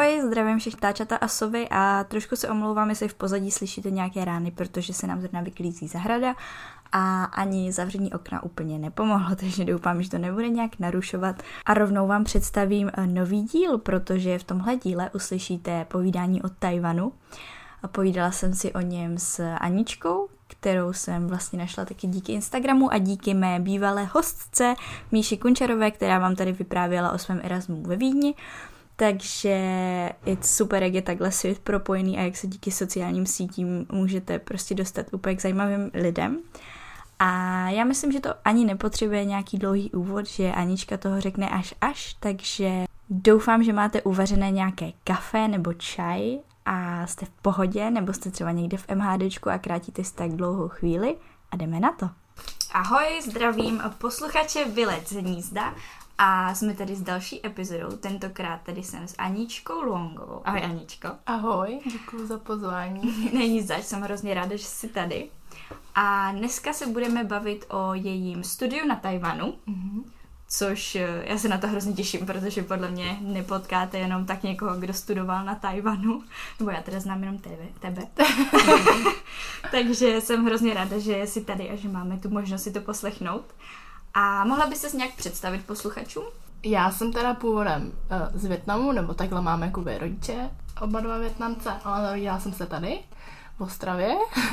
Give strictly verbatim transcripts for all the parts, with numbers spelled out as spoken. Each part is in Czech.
Ahoj, zdravím všechny ptáčata a sovy a trošku se omlouvám, jestli v pozadí slyšíte nějaké rány, protože se nám zrovna vyklízí zahrada a ani zavření okna úplně nepomohlo, takže doufám, že to nebude nějak narušovat. A rovnou vám představím nový díl, protože v tomhle díle uslyšíte povídání o Tchaj-wanu. A povídala jsem si o něm s Aničkou, kterou jsem vlastně našla taky díky Instagramu a díky mé bývalé hostce Míši Kunčarové, která vám tady vyprávěla o svém Erasmu ve Vídni. Takže je super, jak je takhle svět propojený a jak se díky sociálním sítím můžete prostě dostat úplně k zajímavým lidem. A já myslím, že to ani nepotřebuje nějaký dlouhý úvod, že Anička toho řekne až až, takže doufám, že máte uvařené nějaké kafe nebo čaj a jste v pohodě, nebo jste třeba někde v MHDčku a krátíte si tak dlouhou chvíli a jdeme na to. Ahoj, zdravím posluchače Vylec z hnízda a jsme tady s další epizodou, tentokrát tady jsem s Aničkou Luongovou. Ahoj Aničko. Ahoj, děkuji za pozvání. Není zač, jsem hrozně ráda, že jsi tady. A dneska se budeme bavit o jejím studiu na Tchaj-wanu, mm-hmm. což já se na to hrozně těším, protože podle mě nepotkáte jenom tak někoho, kdo studoval na Tchaj-wanu, nebo já teda znám jenom tebe. tebe. Takže jsem hrozně ráda, že jsi tady a že máme tu možnost si to poslechnout. A mohla by ses nějak představit posluchačům? Já jsem teda původem uh, z Vietnamu, nebo takhle máme jakoby rodiče, oba dva Vietnamce, ale narodila jsem se tady, v Ostravě.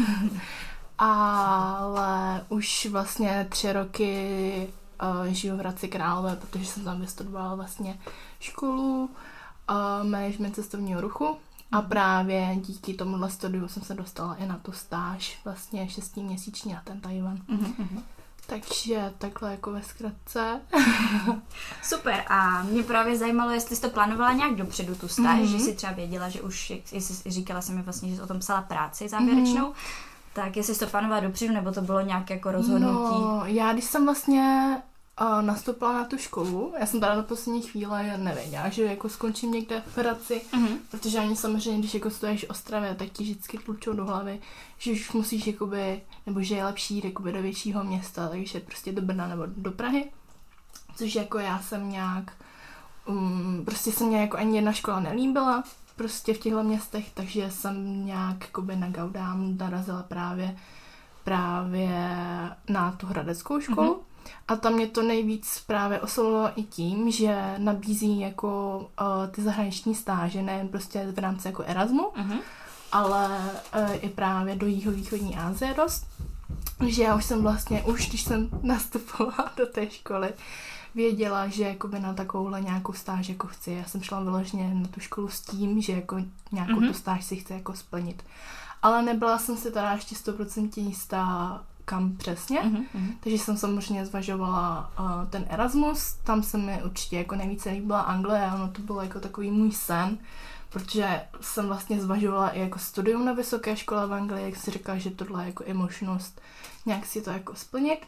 Ale už vlastně tři roky uh, žiju v Hradci Králové, protože jsem tam vystudovala vlastně školu uh, management cestovního ruchu a právě díky tomuhle studiu jsem se dostala i na tu stáž vlastně šestiměsíční na ten Tchaj-wan. Mm-hmm. Takže takhle jako ve zkratce. Super, a mě právě zajímalo, jestli jsi to plánovala nějak dopředu tu stáž, mm-hmm. že jsi třeba věděla, že už, jestli říkala jsem mi vlastně, že jsi o tom psala práci závěrečnou, mm-hmm. tak jestli jsi to plánovala dopředu, nebo to bylo nějak jako rozhodnutí? No, já když jsem vlastně uh, nastoupila na tu školu, já jsem teda na poslední chvíli nevěděla, že jako skončím někde v Hradci, mm-hmm. protože ani samozřejmě, když jako stojíš v Ostravě, tak ti vždycky tlučou do hlavy, že už musíš jakoby, nebo že je lepší jít jakoby do většího města, takže prostě do Brna nebo do Prahy, což jako já jsem nějak, um, prostě se mě jako ani jedna škola nelíbila, prostě v těchto městech, takže jsem nějak jakoby na Gaudám narazila právě, právě na tu hradeckou školu. Mm-hmm. A tam mě to nejvíc právě oslovilo i tím, že nabízí jako uh, ty zahraniční stáže, nejen prostě v rámci jako Erasmu, mm-hmm. ale uh, i právě do jihovýchodní Asie dost. Že já už jsem vlastně, už když jsem nastupovala do té školy, věděla, že jakoby na takovouhle nějakou stáž jako chci. Já jsem šla vyloženě na tu školu s tím, že jako nějakou mm-hmm. tu stáž si chci jako splnit. Ale nebyla jsem si teda ještě sto procent jistá, kam přesně. Mm-hmm. Takže jsem samozřejmě zvažovala uh, ten Erasmus. Tam se mi určitě jako nejvíce líbila Anglie. Ono to bylo jako takový můj sen, protože jsem vlastně zvažovala i jako studium na vysoké škole v Anglii, jak si říkala, že tohle je jako i možnost nějak si to jako splnit.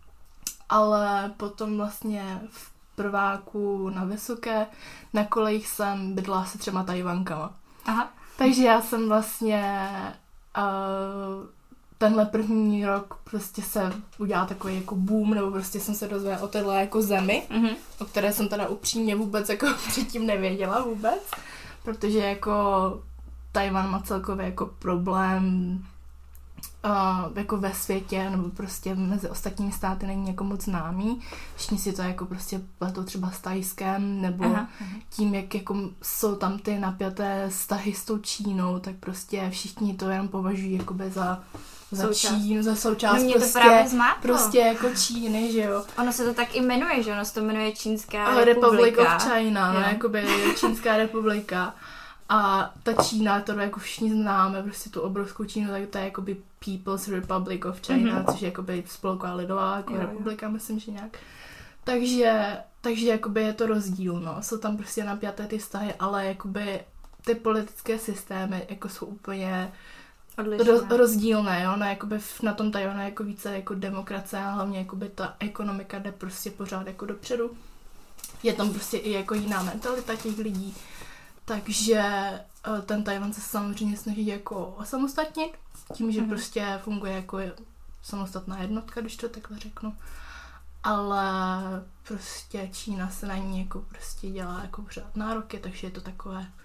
Ale potom vlastně v prváku na vysoké, na kolejích jsem bydlela se třema Tchaj-wankama. Aha. Takže já jsem vlastně uh, tenhle první rok prostě se udělal takový jako boom, nebo prostě jsem se dozvěděla o téhle jako zemi, mm-hmm. o které jsem teda upřímně vůbec jako předtím nevěděla vůbec, protože jako Tchaj-wan má celkově jako problém Uh, jako ve světě, nebo prostě mezi ostatními státy není jako moc známý. Všichni si to jako prostě pletou třeba s Thajskem, nebo aha, aha. tím, jak jako jsou tam ty napjaté vztahy s tou Čínou, tak prostě všichni to jenom považují jakoby za za součást. Čínu, za součást no mě prostě, to právě zmátlo. Prostě jako Číny, že jo. Ono se to tak i jmenuje, že ono se to jmenuje Čínská uh, republika. Republic of China, no, jakoby Čínská republika. A ta Čína, to jako všichni známe, prostě tu obrovskou Čínu, tak to je jakoby People's Republic of China, mm-hmm. což je jakoby spolková lidová jako jo, republika, jo. myslím, že nějak. Takže, takže jakoby je to rozdíl, no. Jsou tam prostě napjaté ty vztahy, ale jakoby ty politické systémy jako jsou úplně roz, rozdílné, jo. No, jakoby na tom Tchaj-wanu je jako více jako demokracie a hlavně jakoby ta ekonomika jde prostě pořád jako dopředu. Je tam prostě i jako jiná mentalita těch lidí. Takže ten Tchaj-wan se samozřejmě snaží jako osamostatnit, tím, že mm-hmm. prostě funguje jako samostatná jednotka, když to takhle řeknu. Ale prostě Čína se na ní jako prostě dělá jako pořád nároky, takže je to takové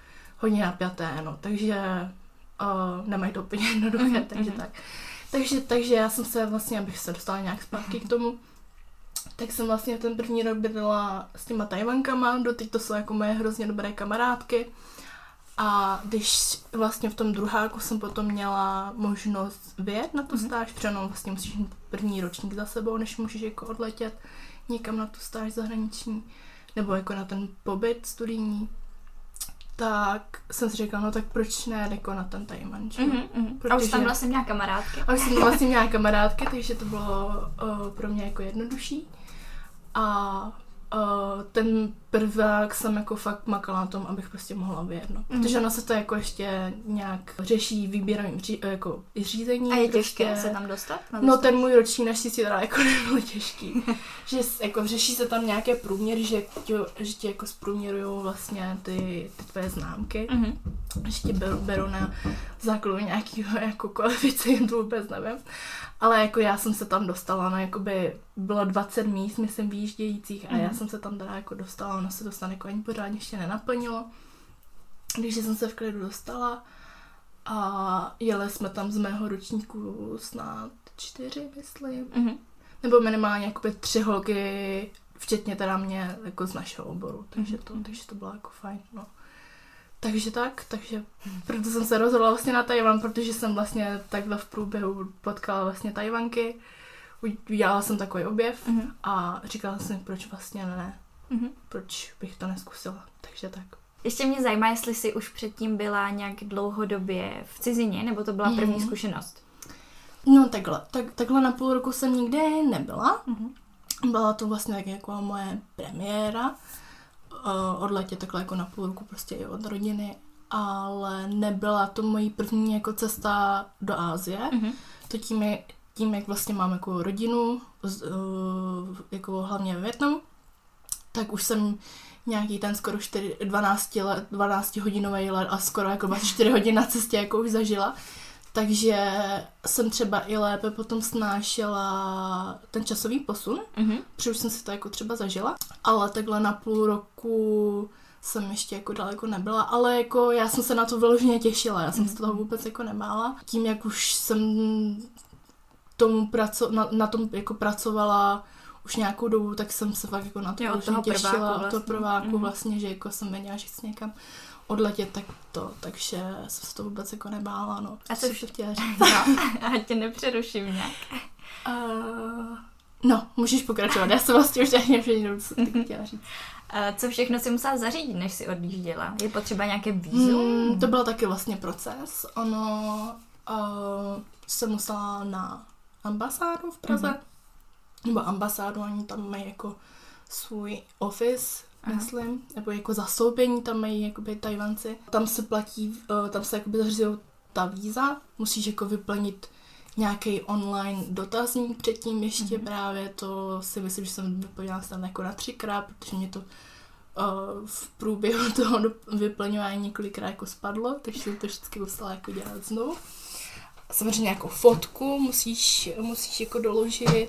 hodně napjaté, no, takže uh, nemají to úplně jednoduché, mm-hmm. takže tak. Takže, takže já jsem se vlastně, abych se dostala nějak zpátky k tomu, tak jsem vlastně ten první rok bydlela s těma Tajvankama, doteď to jsou jako moje hrozně dobré kamarádky. A když vlastně v tom druháku jsem potom měla možnost vyjet na tu stáž, protože no, vlastně musíš mít první ročník za sebou, než můžeš jako odletět někam na tu stáž zahraniční, nebo jako na ten pobyt studijní, tak jsem si řekla, no tak proč ne jako na ten Tajvan, že? Mm-hmm, mm-hmm. Protože... A už tam vlastně měla kamarádky. A už jsem vlastně měla kamarádky, takže to bylo uh, pro mě jako jednodušší. A uh, ten prvák jsem jako fakt makala na tom, abych prostě mohla vyjet, no. Mm. Protože ono se to jako ještě nějak řeší výběrovým ří, jako řízení. A je prostě. těžké se tam dostat? No ten můj roční naštěstí teda jako nebyl těžký. Že jako řeší se tam nějaké průměry, že tě, že tě jako zprůměrujou vlastně ty, ty tvoje známky. Mm-hmm. Že tě berou, berou na základu nějakého jako koeficientu, vůbec nevím. Ale jako já jsem se tam dostala, no jakoby bylo dvacet míst, myslím, výjíždějících a mm. já jsem se tam teda jako dostala, ono se to snad jako ani pořádně ještě nenaplnilo. Takže jsem se v klidu dostala a jeli jsme tam z mého ročníku snad čtyři, myslím. Mm. Nebo minimálně jakoby tři holky, včetně teda mě jako z našeho oboru, takže to, mm. takže to bylo jako fajn, no. Takže tak, takže proto jsem se rozhodla vlastně na Tajvan, protože jsem vlastně takhle v průběhu potkala vlastně Tajvanky, udělala jsem takový objev mm-hmm. a říkala jsem, proč vlastně ne, mm-hmm. proč bych to neskusila, takže tak. Ještě mě zajímá, jestli jsi už předtím byla nějak dlouhodobě v cizině, nebo to byla první mm-hmm. zkušenost? No takhle, tak, takhle na půl roku jsem nikdy nebyla, mm-hmm. byla to vlastně tak jako moje premiéra, odletě takhle jako na půl roku prostě i od rodiny, ale nebyla to mojí první jako cesta do Asie. Mm-hmm. To tím, je, tím, jak vlastně mám jako rodinu, jako hlavně ve Vietnamu, tak už jsem nějaký ten skoro čtyři, dvanáct, let, dvanáct hodinový let a skoro jako dvacet čtyři hodin na cestě jako už zažila. Takže jsem třeba i lépe potom snášela ten časový posun, mm-hmm. protože už jsem si to jako třeba zažila, ale takhle na půl roku jsem ještě jako daleko nebyla, ale jako já jsem se na to vyloženě těšila, já jsem mm-hmm. se toho vůbec jako nemála. Tím, jak už jsem tomu praco- na, na tom jako pracovala už nějakou dobu, tak jsem se fakt jako na to vyloženě těšila, od toho prváku mm-hmm. vlastně, že jako jsem věděla, že chci někam odletět, tak to, takže jsem se to vůbec jako nebála, no. A co to chtěla říct? No, já tě nepřeruším nějak. Uh, no, můžeš pokračovat, já jsem vlastně už ani nevím, co ty chtěla říct. Uh, co všechno si musela zařídit, než si odjížděla? Je potřeba nějaké vízum? Hmm, to byl taky vlastně proces. Ono uh, jsem musela na ambasádu v Praze, mm-hmm. nebo ambasádu, oni tam mají jako svůj office, aha. myslím, nebo jako zastoupení tam mají jakoby Tajvanci. Tam se platí, tam se jakoby zařizují ta víza, musíš jako vyplnit nějaký online dotazník předtím ještě mm-hmm. právě, to si myslím, že jsem vyplnila tam jako na třikrát, protože mě to uh, v průběhu toho vyplňování několikrát jako spadlo, takže jsem to vždycky musela jako dělat znovu. Samozřejmě nějakou fotku musíš, musíš jako doložit.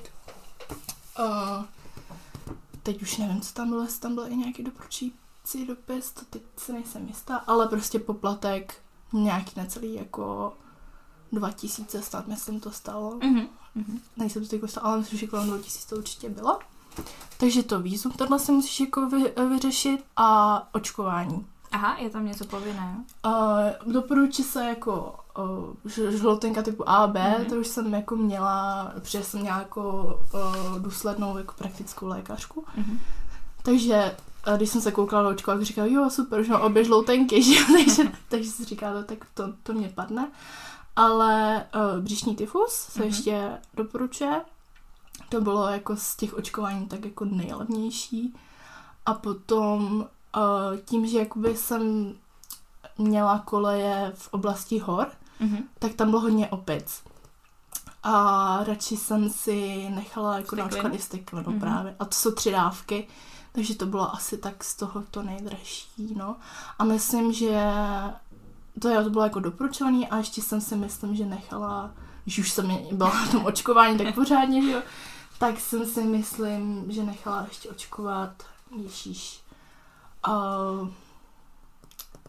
Uh, Teď už nevím, co tam bylo, jestli tam byl i nějaký doporučující dopis, to teď se nejsem jistá, ale prostě poplatek nějaký necelý jako dva tisíce snad, myslím, to stalo. Mm-hmm. Nejsem to teď stalo, ale myslím, že kolem dva tisíce to určitě bylo. Takže to vízum, tohle se musíš jako vy, vyřešit a očkování. Aha, je tam něco povinné, jo? Uh, doporučí se jako uh, žloutenka typu A, B, mm-hmm. to už jsem jako měla, protože jsem měla jako uh, důslednou jako praktickou lékařku. Mm-hmm. Takže uh, když jsem se koukala do očku, tak říkala, jo, super, už mám obě žloutenky, že? takže, takže si říkala, tak to, to mě padne. Ale uh, břišní tyfus se mm-hmm. ještě doporučuje. To bylo jako z těch očkování tak jako nejlevnější. A potom Uh, tím, že jakoby jsem měla koleje v oblasti hor, mm-hmm. tak tam bylo hodně opic. A radši jsem si nechala jako naočkovat i styklinu mm-hmm. právě. A to jsou tři dávky, takže to bylo asi tak z toho to nejdražší, no. A myslím, že to, jo, to bylo jako doporučovaný a ještě jsem si myslím, že nechala, když už jsem byla na tom očkování tak pořádně, že jo, tak jsem si myslím, že nechala ještě očkovat, ježíš, Uh,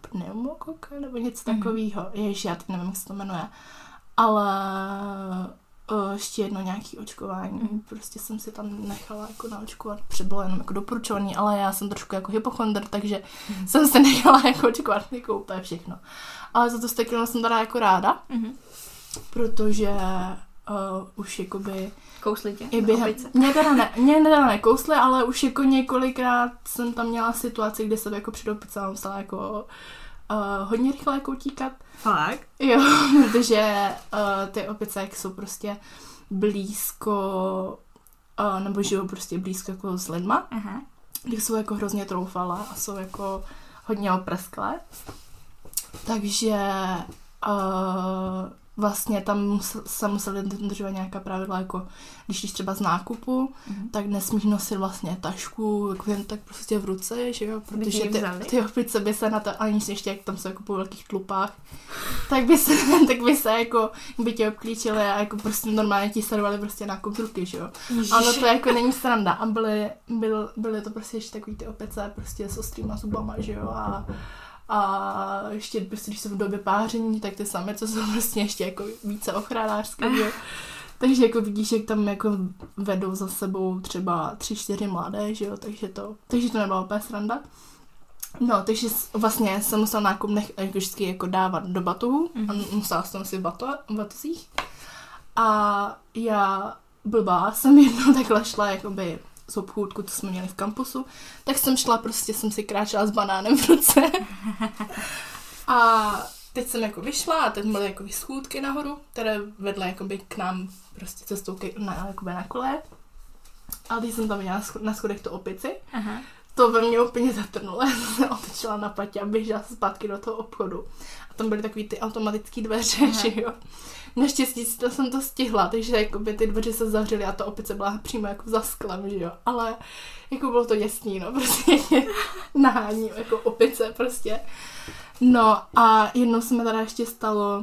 pneumokok nebo něco takového. Ježiš, já teď nevím, jak se to jmenuje. Ale uh, ještě jedno nějaké očkování. Mm. Prostě jsem si tam nechala jako naočkovat, bylo jenom jako doporučovaný, ale já jsem trošku jako hypochondr, takže mm. jsem se nechala jako očkovat jako úplně všechno. Ale za to stekylno jsem teda jako ráda, mm. protože uh, už jakoby... Kousli tě? I během, mě teda ne, mě teda nekousli, ale už jako několikrát jsem tam měla situaci, kdy jsem jako před opicem musela jako uh, hodně rychle jako utíkat. Fakt? Jo, protože uh, ty opice jak jsou prostě blízko, uh, nebo žijou prostě blízko jako s lidma, uh-huh. kdy jsou jako hrozně troufalé a jsou jako hodně oprsklé. Takže uh, vlastně tam musel, se museli dodržovat nějaká pravidla, jako když jdeš třeba z nákupu, mm-hmm. tak nesmíš nosit vlastně tašku jako jen tak prostě v ruce, že jo, protože ty, ty opice by se na to, ani ještě jak tam jsou jako po velkých tlupách, tak by se, tak by se jako, by tě obklíčili a jako prostě normálně ti sledovali prostě nákup z ruky, že jo. Ale to jako není sranda a byly, byl, byly to prostě ještě takový ty opice prostě s ostrýma zubama, že jo, a a ještě prostě, když jsou v době páření, tak ty samé, co jsou prostě ještě jako více ochranářské, že? Takže jako vidíš, jak tam jako vedou za sebou třeba tři, čtyři mladé, že jo, takže to, takže to nebyla úplně sranda. No, takže vlastně jsem musela nákup nech, jako vždycky jako dávat do batohu mm. a musela jsem si v bato, batozích. A já blbá jsem jednou takhle šla jakoby z obchůdku, co jsme měli v kampusu, tak jsem šla, prostě jsem si kráčela s banánem v ruce. A teď jsem jako vyšla a teď byly jako schůdky nahoru, které vedly jakoby k nám prostě cestou na, jakoby na kole. A teď jsem tam měla na schodech tu opici. Aha. To ve mě úplně zatrnulo. Já jsem se otočila na patě a běžela zpátky do toho obchodu. A tam byly takový ty automatické dveře, Aha. že jo. Naštěstí to jsem to stihla, takže jakoby ty dveře se zavřely a ta opice byla přímo jako za sklem, že jo. Ale jako bylo to děsný, no, prostě nahání jako opice prostě. No a jednou se mi teda ještě stalo,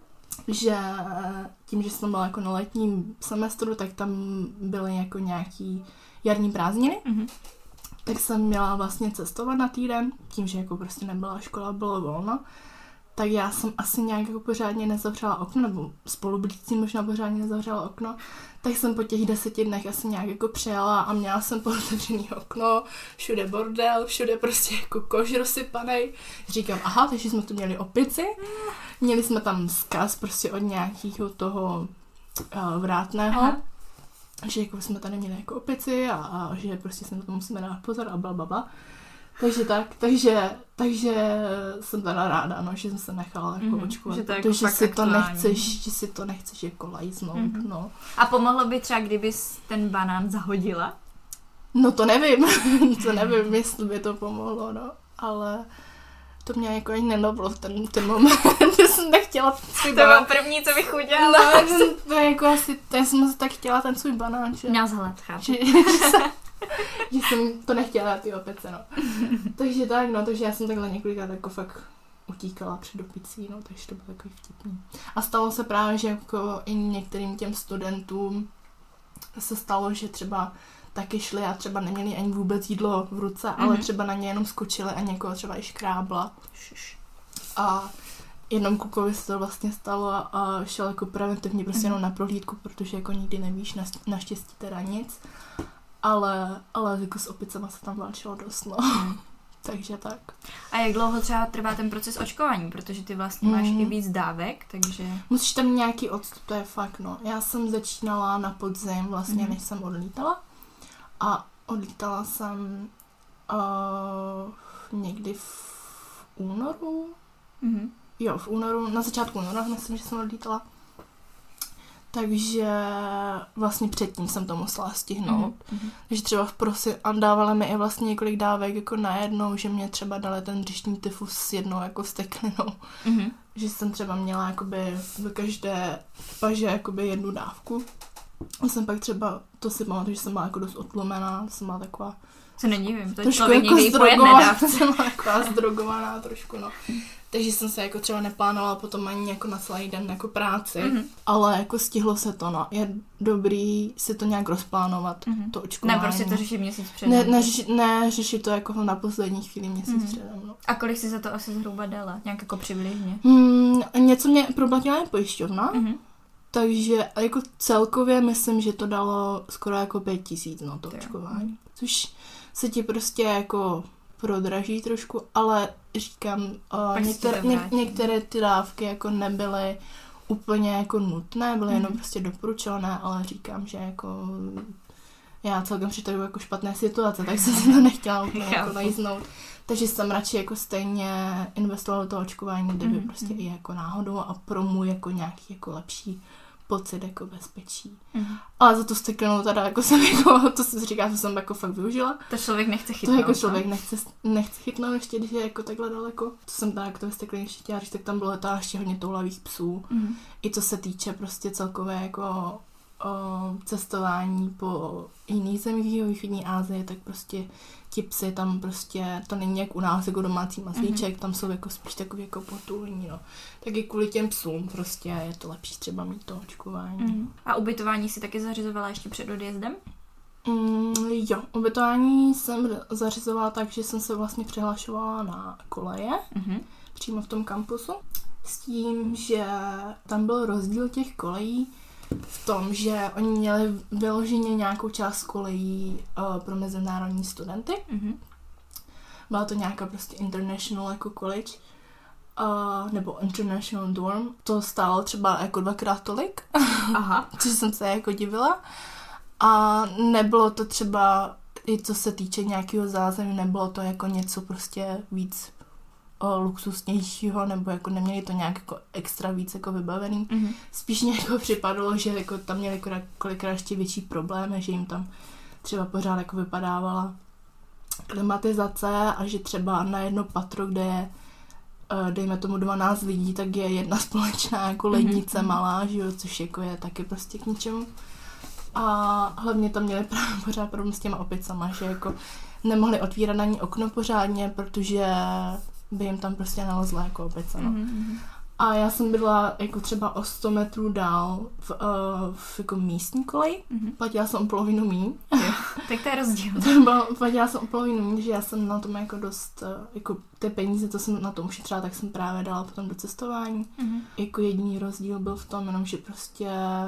že tím, že jsem byla jako na letním semestru, tak tam byly jako nějaký jarní prázdniny. Mm-hmm. Tak jsem měla vlastně cestovat na týden, tím, že jako prostě nebyla škola, bylo volno. Tak já jsem asi nějak jako pořádně nezavřela okno, nebo spolublící možná pořádně nezavřela okno, tak jsem po těch deseti dnech asi nějak jako přijela a měla jsem pootevřený okno, všude bordel, všude prostě jako kož rozsypanej. Říkám, aha, takže jsme tu měli opici, měli jsme tam vzkaz prostě od nějakého toho uh, vrátného, aha. že jako jsme tady měli jako opici a, a že prostě se na to musíme dát pozor a blablabla. Takže tak, takže, takže jsem teda ráda, no, že jsem se nechala jako mm-hmm, očkovat, že to protože jako si to nechceš, že si to nechceš jako lajznout, mm-hmm. no. A pomohlo by třeba, kdybys ten banán zahodila? No to nevím, to nevím, jestli by to pomohlo, no, ale to mě jako ani nenoblo v ten, ten moment, že jsem tak chtěla svůj banán. To bylo první, co bych udělala. No, to je jako asi, to já jsem tak chtěla ten svůj banán, že... Měla zhled, chápu. Že, že, jsem, že jsem to nechtěla ty opice, no. Takže tak, no, takže já jsem takhle několikrát jako fakt utíkala před opicí, no, takže to bylo takový vtipný. A stalo se právě, že jako i některým těm studentům se stalo, že třeba taky šli a třeba neměli ani vůbec jídlo v ruce, mm-hmm. ale třeba na ně jenom skočili a někoho třeba i škrábla. A jednom klukovi se to vlastně stalo a šel jako preventivně prostě mm-hmm. jenom na prohlídku, protože jako nikdy nevíš, naštěstí teda nic. Ale, ale jako s opicema se tam válčilo dost, no. Mm. Takže tak. A jak dlouho třeba trvá ten proces očkování? Protože ty vlastně máš mm. i víc dávek, takže... Musíš tam nějaký odstup, to je fakt, no. Já jsem začínala na podzim, vlastně, mm. než jsem odlítala. A odlítala jsem uh, někdy v únoru. Mm. Jo, v únoru, na začátku února, myslím, že jsem odlítala. Takže vlastně předtím jsem to musela stihnout. Mm-hmm. Takže třeba v prosi a dávali mi i vlastně několik dávek jako najednou, že mě třeba dali ten břišní tyfus s jednou jako steklinou. Mm-hmm. Že jsem třeba měla jakoby v každé paže jakoby jednu dávku. A jsem pak třeba, to si pamatuju, že jsem byla jako dost otlumená, jsem byla taková... Co nedivím, to je člověk jako někdy po jedné dávce. Jsem byla taková zdrogovaná trošku, no. takže jsem se jako třeba neplánovala potom ani jako na celý den jako práci, mm-hmm. ale jako stihlo se to, no. Je dobrý si to nějak rozplánovat, mm-hmm. to očkování. Ne, prostě to řešit měsíc předem. Ne, ne, řeši, ne řešit to jako na poslední chvíli měsíc mm-hmm. předem, no. A kolik jsi za to asi zhruba dala? Nějak jako přibližně? Mm, něco mě proplatila je pojišťovna, mm-hmm. takže jako celkově myslím, že to dalo skoro jako pět tisíc, no, to to očkování. Což se ti prostě jako prodraží trošku, ale říkám, uh, některé, ně, některé ty dávky jako nebyly úplně jako nutné, byly mm. jenom prostě doporučované, ale říkám, že jako já celkem přitahuji jako špatné situace, tak jsem si to nechtěla úplně jako najiznout. Takže jsem radši jako stejně investovala do toho očkování, kdyby mm. prostě i jako náhodou a pro můj jako nějaký jako lepší pocit jako bezpečí. Mm. Ale za tu steklinu teda jako jsem jako, to se říká, že jsem jako fakt využila. To člověk nechce chytnout. To jako člověk nechce, nechce chytnout ještě, když je jako takhle daleko. To jsem teda jako to ve steklině ještě chtěla říct, tak tam bylo ta ještě hodně toulavých psů. Mm. I co se týče prostě celkové jako o, cestování po jiných zemích východní Asie, tak prostě ti psy tam prostě, to není jak u nás jako domácí maslíček, mm-hmm. tam jsou jako spíš takový jako potulní, no. Tak i kvůli těm psům prostě je to lepší třeba mít to očkování. Mm. A ubytování si taky zařizovala ještě před odjezdem? Mm, jo, ubytování jsem zařizovala tak, že jsem se vlastně přihlašovala na koleje, mm-hmm. přímo v tom kampusu, s tím, že tam byl rozdíl těch kolejí v tom, že oni měli vyloženě nějakou část kolejí uh, pro mezinárodní studenty. Mm-hmm. Byla to nějaká prostě international jako college, uh, nebo international dorm. To stálo třeba jako dvakrát tolik, aha, což jsem se jako divila. A nebylo to třeba, i co se týče nějakého zázemí, nebylo to jako něco prostě víc o luxusnějšího, nebo jako neměli to nějak jako extra víc jako vybavený. Mm-hmm. Spíš mě jako připadalo, že jako tam měli kolikrát ještě větší problémy, že jim tam třeba pořád jako vypadávala klimatizace a že třeba na jedno patro, kde je dejme tomu dvanáct lidí, tak je jedna společná jako lednice mm-hmm. malá, že jo, což jako je taky prostě k ničemu. A hlavně tam měli právě pořád problém s těma opicama, že jako nemohli otvírat na ní okno pořádně, protože by jim tam prostě nalezla jako opice, no. Mm-hmm. A já jsem byla jako třeba o sto metrů dál v, uh, v jako místní koleji. Mm-hmm. Platila jsem o polovinu míň. Tak to je rozdíl. Platila jsem o polovinu míň, že já jsem na tom jako dost, uh, jako ty peníze, co jsem na tom ušetřila, tak jsem právě dala potom do cestování. Mm-hmm. Jako jediný rozdíl byl v tom, jenom že prostě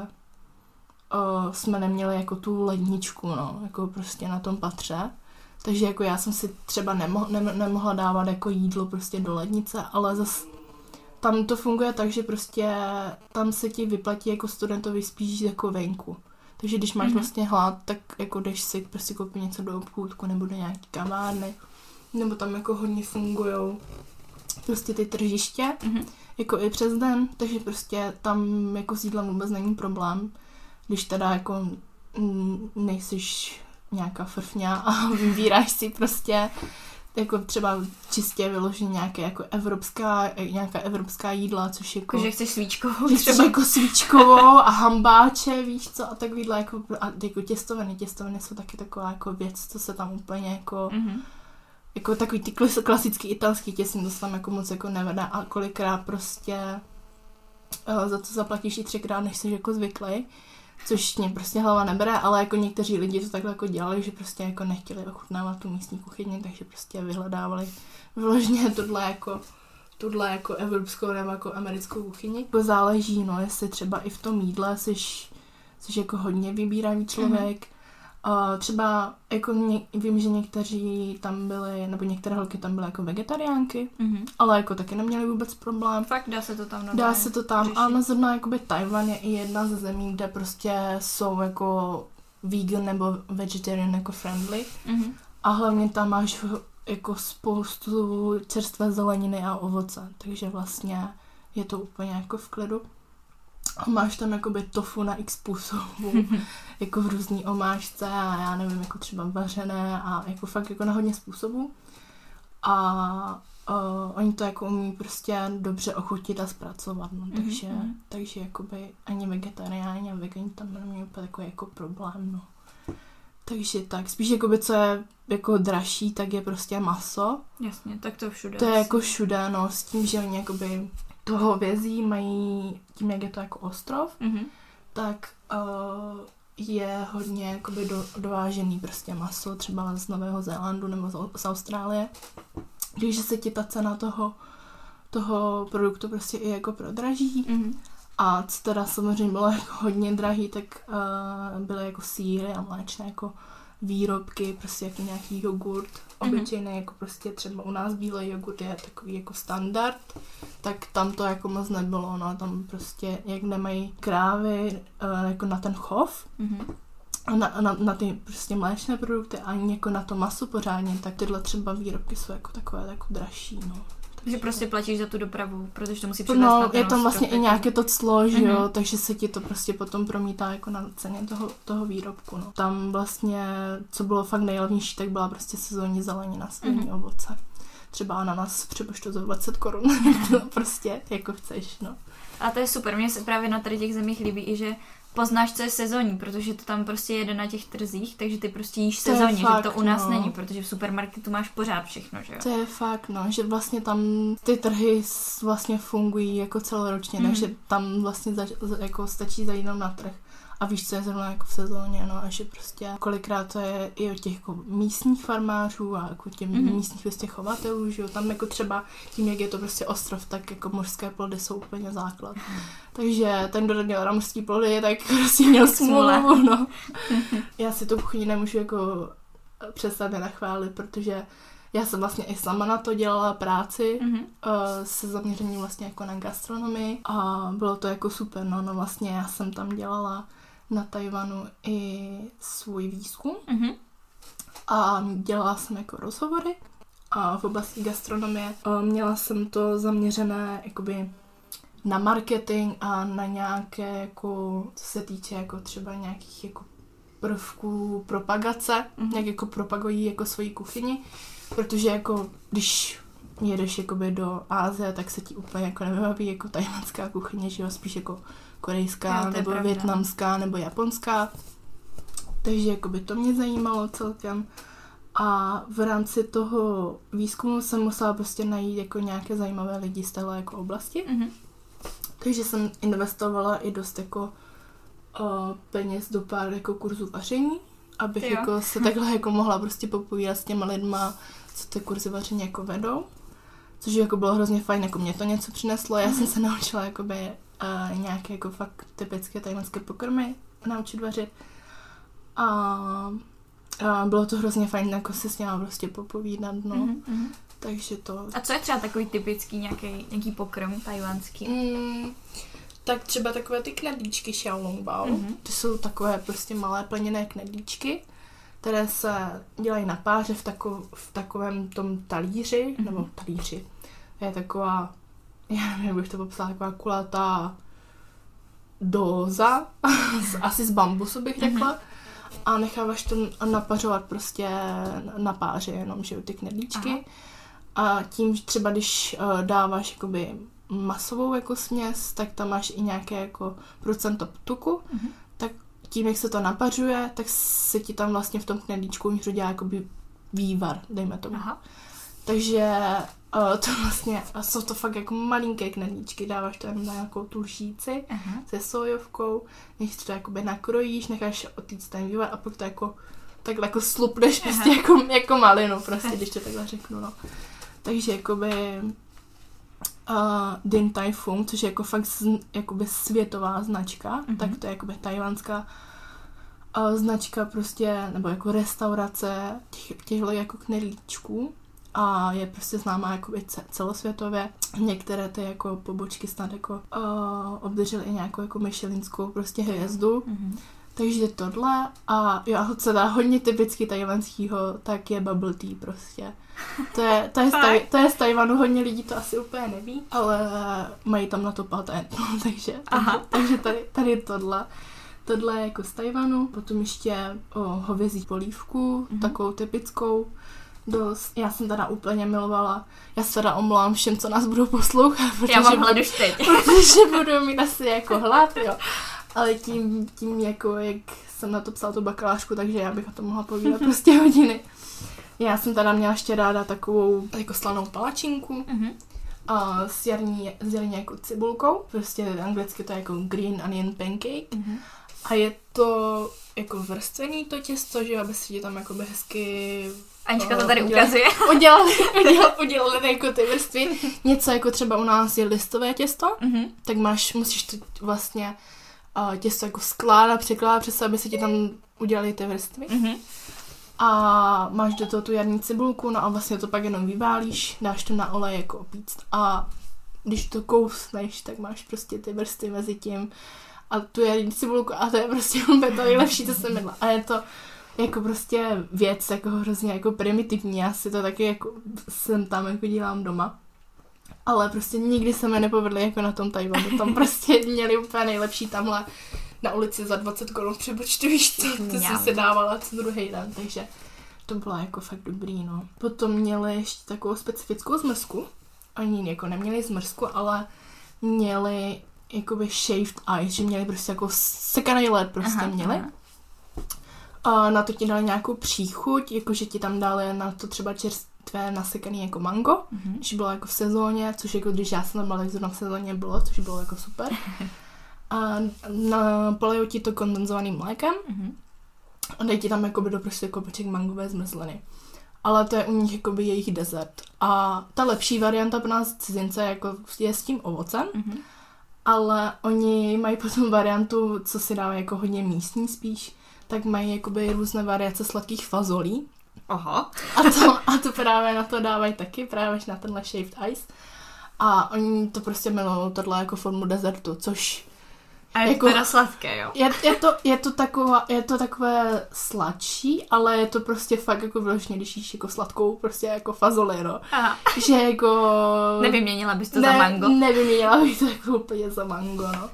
uh, jsme neměli jako tu ledničku, no, jako prostě na tom patře. Takže jako já jsem si třeba nemoh- ne- nemohla dávat jako jídlo prostě do lednice, ale zase tam to funguje tak, že prostě tam se ti vyplatí jako studentovi spíš jako venku. Takže když máš mm-hmm. vlastně hlad, tak jako jdeš si prostě koupit něco do obchůdku nebo do nějaký kavárny, nebo tam jako hodně fungujou prostě ty tržiště, mm-hmm. jako i přes den, takže prostě tam jako s jídlem vůbec není problém, když teda jako m, nejsiš nějaká frfňa a vybíráš si prostě jako třeba čistě vyložit nějaké jako evropská, nějaká evropská jídla, což jako... Že chceš svíčkovou že třeba. Chceš jako svíčkovou a hambáče, víš co, a takovýhle jako, a jako těstoviny, těstoviny jsou taky taková jako věc, co se tam úplně jako, mm-hmm. jako takový ty klasický italský těstin, to se tam jako moc jako nevede a kolikrát prostě uh, za to zaplatíš i třikrát, než jsi jako zvyklý. Což mě prostě hlava nebere, ale jako někteří lidi to takhle jako dělali, že prostě jako nechtěli ochutnávat tu místní kuchyni, takže prostě vyhledávali vyloženě tohle jako, tohle jako evropskou nebo jako americkou kuchyni. To záleží, no, jestli třeba i v tom jídle jsi, jsi jako hodně vybíravý člověk. Mm-hmm. Uh, třeba jako ně, vím, že někteří tam byli, nebo některé holky tam byly jako vegetariánky, mm-hmm. ale jako taky neměli vůbec problém. Fakt, dá se to tam normálně Dá se to tam, řešit. ale zrovna jakoby Tajvan je i jedna ze zemí, kde prostě jsou jako vegan nebo vegetarian jako friendly. Mm-hmm. A hlavně tam máš jako spoustu čerstvé zeleniny a ovoce, takže vlastně je to úplně jako v klidu. A máš tam jakoby tofu na x způsobů, jako v různý omáčce a já nevím, jako třeba vařené a jako fakt jako na hodně způsobů. A uh, oni to jako umí prostě dobře ochutit a zpracovat, no, takže, mm-hmm. takže jakoby ani vegetariáni a vegani tam nemějí úplně takový jako problém, no. Takže tak, spíš jakoby co je jako dražší, tak je prostě maso. Jasně, tak to všude. To je jako všude, no, s tím, že oni jakoby to hovězí mají, tím jak je to jako ostrov, mm-hmm. tak uh, je hodně jakoby do, dovážený prostě maso, třeba z Nového Zélandu nebo z, z Austrálie. Když se ti ta cena toho, toho produktu prostě i jako prodraží. Mm-hmm. A co teda samozřejmě bylo jako hodně drahý, tak uh, byly jako sýry a mléčné jako výrobky, prostě jako nějaký jogurt, obyčejný, mm-hmm. jako prostě třeba u nás bílej jogurt je takový jako standard, tak tam to jako moc nebylo, no, tam prostě, jak nemají krávy uh, jako na ten chov, mm-hmm. a na, na, na ty prostě mléčné produkty a ani jako na to maso pořádně, tak tyhle třeba výrobky jsou jako takové jako dražší, no. Že prostě platíš za tu dopravu, protože to musí přivést na No, ten je tam vlastně i nějaké to clo, že jo, mm-hmm. takže se ti to prostě potom promítá jako na ceně toho, toho výrobku, no. Tam vlastně, co bylo fakt nejlevnější, tak byla prostě sezónní zelenina, sezónní mm-hmm. ovoce. Třeba ananas v Přepoštu za dvacet korun, prostě jako chceš, no. A to je super, mně se právě na tady těch zemích líbí i, že poznáš, co je sezónní, protože to tam prostě jede na těch trzích, takže ty prostě jíš sezónně, že to u nás no. není, protože v supermarketu máš pořád všechno, že jo? To je fakt, no, že vlastně tam ty trhy vlastně fungují jako celoročně, mm. takže tam vlastně za, jako stačí zajít na trh a víš, co je zrovna jako v sezóně, no, a že prostě kolikrát to je i od těch jako místních farmářů a jako těm mm. místních prostě chovatelů, že jo, tam jako třeba tím, jak je to prostě ostrov, tak jako mořské plody jsou úplně základ. Mm. Takže ten, kdo dělal na mořský plody, tak prostě měl smůlu, no. Já si tu kuchyni nemůžu jako přestat nenachválit, protože já jsem vlastně i sama na to dělala práci mm-hmm. uh, se zaměřením vlastně jako na gastronomii a bylo to jako super, no, no vlastně já jsem tam dělala na Tajvanu i svůj výzkum mm-hmm. a dělala jsem jako rozhovory a v oblasti gastronomie uh, měla jsem to zaměřené jakoby na marketing a na nějaké jako, co se týče jako třeba nějakých jako prvků propagace, mm-hmm. jak jako propagují jako svoji kuchyni, protože jako když jedeš jakoby do Asie, tak se ti úplně jako nevybaví jako tajvanská kuchyně, že jo, spíš jako korejská, jo, nebo pravda. vietnamská, nebo japonská. Takže jakoby to mě zajímalo celkem. A v rámci toho výzkumu jsem musela prostě najít jako nějaké zajímavé lidi z téhle jako oblasti. Mm-hmm. Takže jsem investovala i dost jako uh, peněz do pár jako kurzů vaření, abych jako se takhle jako mohla prostě popovídat s těma lidma, co ty kurzy vaření jako vedou. Což jako bylo hrozně fajn, jako mě to něco přineslo. Já jsem se naučila jakoby uh, nějaké jako fakt typické tajvanské pokrmy naučit vařit. A, a bylo to hrozně fajn jako si s něma prostě popovídat, no. Mm-hmm. Takže to... A co je třeba takový typický nějaký, nějaký pokrm tajvanský? Mm, tak třeba takové ty knedlíčky xiaolongbao. Mm-hmm. Ty jsou takové prostě malé plněné knedlíčky, které se dělají na páře v, tako, v takovém tom talíři, mm-hmm. nebo talíři. Je taková, já nevím, jak bych to popsala, taková kulatá dóza, asi z bambusu bych řekla. Mm-hmm. A necháváš to napařovat prostě na páře, jenom, že ty knedlíčky. Aha. A tím třeba, když uh, dáváš jakoby masovou jako směs, tak tam máš i nějaké jako procento tuku, mm-hmm. tak tím, jak se to napařuje, tak se ti tam vlastně v tom knedlíčku uvnitř dělá jakoby vývar, dejme tomu. Aha. Takže uh, to vlastně, jsou to fakt jako malinké knedlíčky, dáváš to jenom na nějakou tu lžíci Aha. se sojovkou, než to jakoby nakrojíš, necháš odtýct ten vývar a pak to jako takhle jako slupneš Aha. prostě jako, jako malinu, prostě, když to takhle řeknu, no. Takže jakoby uh, Din Tai Fung, což je jako fakt z, jakoby světová značka, mm-hmm. tak to je jakoby tajvanská uh, značka prostě, nebo jako restaurace těch, těchto jako knedlíčků a je prostě známá jakoby celosvětově. Některé ty jako pobočky snad jako uh, obdržely i nějakou jako michelinskou prostě hvězdu. Mm-hmm. Takže tohle a jo, co dá hodně typicky tajvanského, tak je bubble tea prostě. To je, to je, z, taj, to je z Tajvanu, hodně lidí to asi úplně neví, ale mají tam na to patent, no, takže, takže, takže tady, tady tohle. Tohle je jako z Tajvanu, potom ještě o, hovězí polívku, mm-hmm. takovou typickou. Dost. Já jsem teda úplně milovala. Já se teda omlouvám všem, co nás budou poslouchat. Já mám hlad už teď. Protože budu mít asi jako hlad, jo. Ale tím, tím jako, jak jsem na to psala tu bakalářku, takže já bych o tom mohla povídat prostě hodiny. Já jsem teda měla ještě ráda takovou jako slanou palačinku mm-hmm. a s jarní, s jarní jako cibulkou, prostě anglicky to je jako green onion pancake mm-hmm. a je to jako vrstvený to těsto, že aby si tam jako hezky Anička to tady udělali, ukazuje. Udělali, udělali, udělali jako ty vrstvy. Něco jako třeba u nás je listové těsto, mm-hmm. tak máš, musíš to vlastně uh, těsto jako skládat, překládat přes aby se ti tam udělali ty vrstvy. Mm-hmm. A máš do toho tu jarní cibulku, no a vlastně to pak jenom vyválíš, dáš to na olej jako opíct a když to kousneš, tak máš prostě ty vrstvy mezi tím a tu jarní cibulku a to je prostě úplně to nejlepší, co jsem jedla. A je to jako prostě věc jako hrozně jako primitivní, já si to taky jako jsem tam jako dělám doma. Ale prostě nikdy se mi nepovedly jako na tom Tajvanu, tam prostě měli úplně nejlepší tamhle na ulici za dvacet korun přepočtu, víš co, to jsem se dávala co druhý den, takže to bylo jako fakt dobrý, no. Potom měli ještě takovou specifickou zmrzku, oni jako neměli zmrzku, ale měli jakoby shaved ice, že měli prostě jako sekaný led prostě aha, měli. Aha. A na to ti dali nějakou příchuť, jakože ti tam dali na to třeba čerstvé nasekaný jako mango, mm-hmm. že bylo jako v sezóně, což jako když já jsem tam byla, tak zrovna v sezóně bylo, což bylo jako super. A napalejou ti to kondenzovaným mlékem mm-hmm. a dají ti tam jakoby do prostě kopaček mangové zmrzliny. Ale to je u nich jakoby jejich dezert. A ta lepší varianta pro nás cizince jako je s tím ovocem, mm-hmm. ale oni mají potom variantu, co si dávají jako hodně místní spíš, tak mají jakoby různé variace sladkých fazolí. Aha. A to, a to právě na to dávají taky, právě na tenhle shaved ice. A oni to prostě milují tohle jako formu dezertu, což a je jako, to teda sladké, jo? Je, je, to, je, to taková, je to takové sladší, ale je to prostě fakt jako vyloženě, když jíš jako sladkou, prostě jako fazoli, no. Aha. Že jako... Nevyměnila bys to ne, za mango? Nevyměnila bych to jako úplně za mango, no.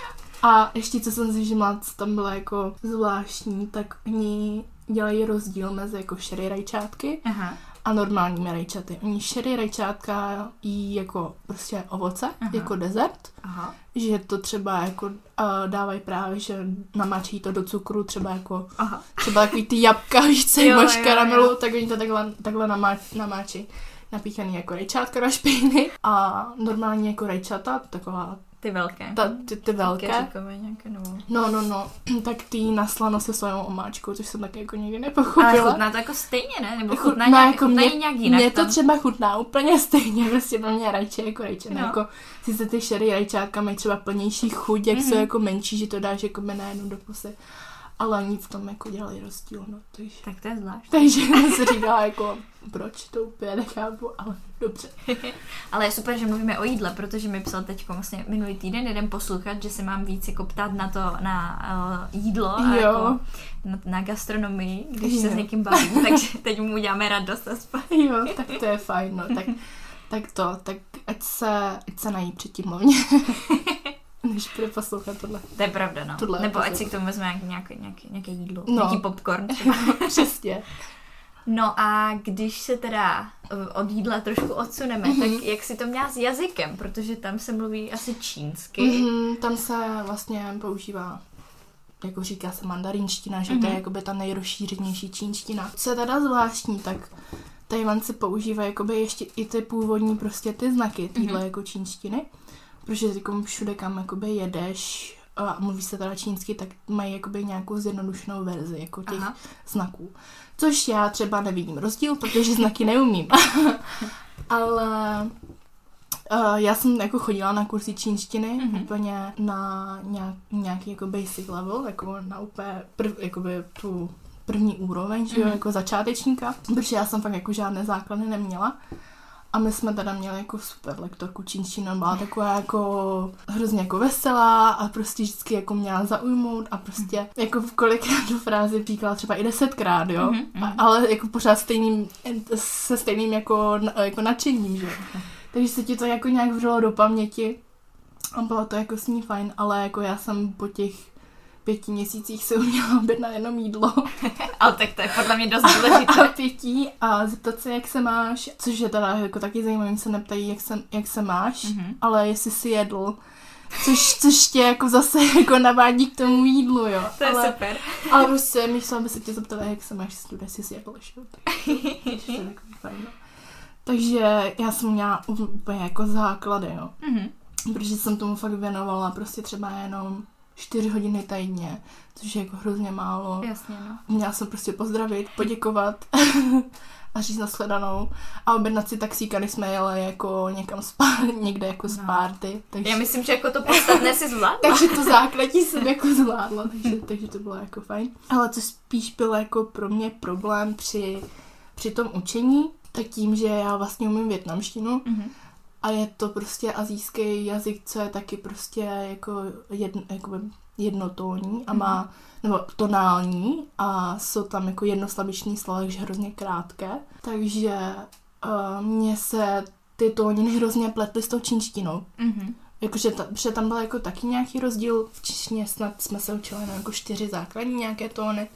A ještě co jsem si všimla, co tam bylo jako zvláštní, tak oni dělají rozdíl mezi jako sherry rajčátky aha. a normálními rajčaty. Oni sherry rajčátka jí jako prostě ovoce, aha. jako dezert, aha. že to třeba jako uh, dávají právě, že namáčí to do cukru, třeba jako aha. třeba takový ty jabka, víš co, máš karamelu, tak oni to takhle, takhle namáč, namáčí. Napíchaný jako rajčátka na špejny a normální jako rajčata, taková Ty velké. Ta, ty, ty velké. Říkové nějaké, no. No, no, no. Tak ty naslano se svou omáčkou, což jsem taky jako nikdy nepochopila. Ale chutná to jako stejně, ne? Nebo chutná, chutná nějak, jako chutná mě, nějak jinak. Mně to třeba chutná úplně stejně, prostě pro mě rajče jako rajče. No. Jako, sice ty sherry rajčátka mají třeba plnější chuť, jak mm-hmm. jsou jako menší, že to dáš jako najednou do pusy. Ale oni v tom jako dělali rozdíl, no. Takže, tak to je zvláštní. Takže jsem si říkala jako, proč to úplně nechápu, ale dobře. Ale je super, že mluvíme o jídle, protože mi psal teď vlastně minulý týden jeden posluchač, že se mám víc jako ptát na to, na uh, jídlo a jako na, na gastronomii, když jo. se s někým bavím, takže teď mu uděláme radost aspoň. Jo, tak to je fajn, no. Tak, tak to, tak ať se, ať se nají předtím hlavně. Než bude poslouchat tohle. To je pravda, no. Tohle Nebo ať si k tomu vezme nějaké, nějaké, nějaké jídlo, no. nějaký popcorn. Přesně. No a když se teda od jídla trošku odsuneme, mm-hmm. tak jak si to měla s jazykem? Protože tam se mluví asi čínsky. Mm-hmm, tam se vlastně používá, jako říká se mandarinština, že mm-hmm. to je jakoby ta nejrozšířenější čínština. Co je teda zvláštní, tak Tajvanci používají jakoby ještě i ty původní prostě ty znaky týhle mm-hmm. jako čínštiny. Protože jako všude, kam jakoby jedeš a mluví se teda čínsky, tak mají jakoby nějakou zjednodušenou verzi jako těch aha. znaků. Což já třeba nevidím rozdíl, protože znaky neumím. Ale uh, já jsem jako chodila na kurzy čínštiny mm-hmm. úplně na nějak, nějaký jako basic level, jako na úplně prv, jakoby tu první úroveň, že jo, mm-hmm. jako začátečníka, protože já jsem fakt jako žádné základy neměla. A my jsme teda měli jako super lektorku čínština, byla taková jako hrozně jako veselá a prostě vždycky jako měla zaujmout a prostě jako kolikrát do frázi říkala třeba i desetkrát, jo, mm-hmm. a, ale jako pořád stejným, se stejným jako, jako nadšením, že jo. Takže se ti to jako nějak vřelo do paměti a bylo to jako s ní fajn, ale jako já jsem po těch pěti měsících se uměla objednat jenom jídlo. Ale tak to je podle mě dost důležité. A pití a zeptat se, jak se máš, což je teda jako taky zajímavé, se neptají, jak se, jak se máš, mm-hmm. ale jestli jsi jedl, Což, což tě jako zase jako navádí k tomu jídlu, jo. To je ale, super. Ale prostě místo, aby se tě zeptala, jak se máš studia, si jedl, jo. Takže já jsem měla úplně jako základy, jo. Mm-hmm. Protože jsem tomu fakt věnovala prostě třeba jenom čtyři hodiny týdně, což je jako hrozně málo. Jasně, no. Měla jsem prostě pozdravit, poděkovat a říct nashledanou a objednat si taxíka, když jsme jeli jako někam spát, někde jako z party. Takže... Já myslím, že jako to podstatné si zvládla. takže to základní jsem jako zvládla, takže, takže to bylo jako fajn. Ale co spíš byl jako pro mě problém při, při tom učení, tak tím, že já vlastně umím vietnamštinu, mm-hmm. a je to prostě asijský jazyk, co je taky prostě jako, jedno, jako jednotónní a má, mm-hmm. nebo tonální a jsou tam jako jednoslabiční slova, takže hrozně krátké. Takže uh, mně se ty tóniny hrozně pletly s tou čínštinou. Mm-hmm. Jakože ta, protože tam byl jako taky nějaký rozdíl. V češtině snad jsme se učili na jako čtyři základní nějaké tóny.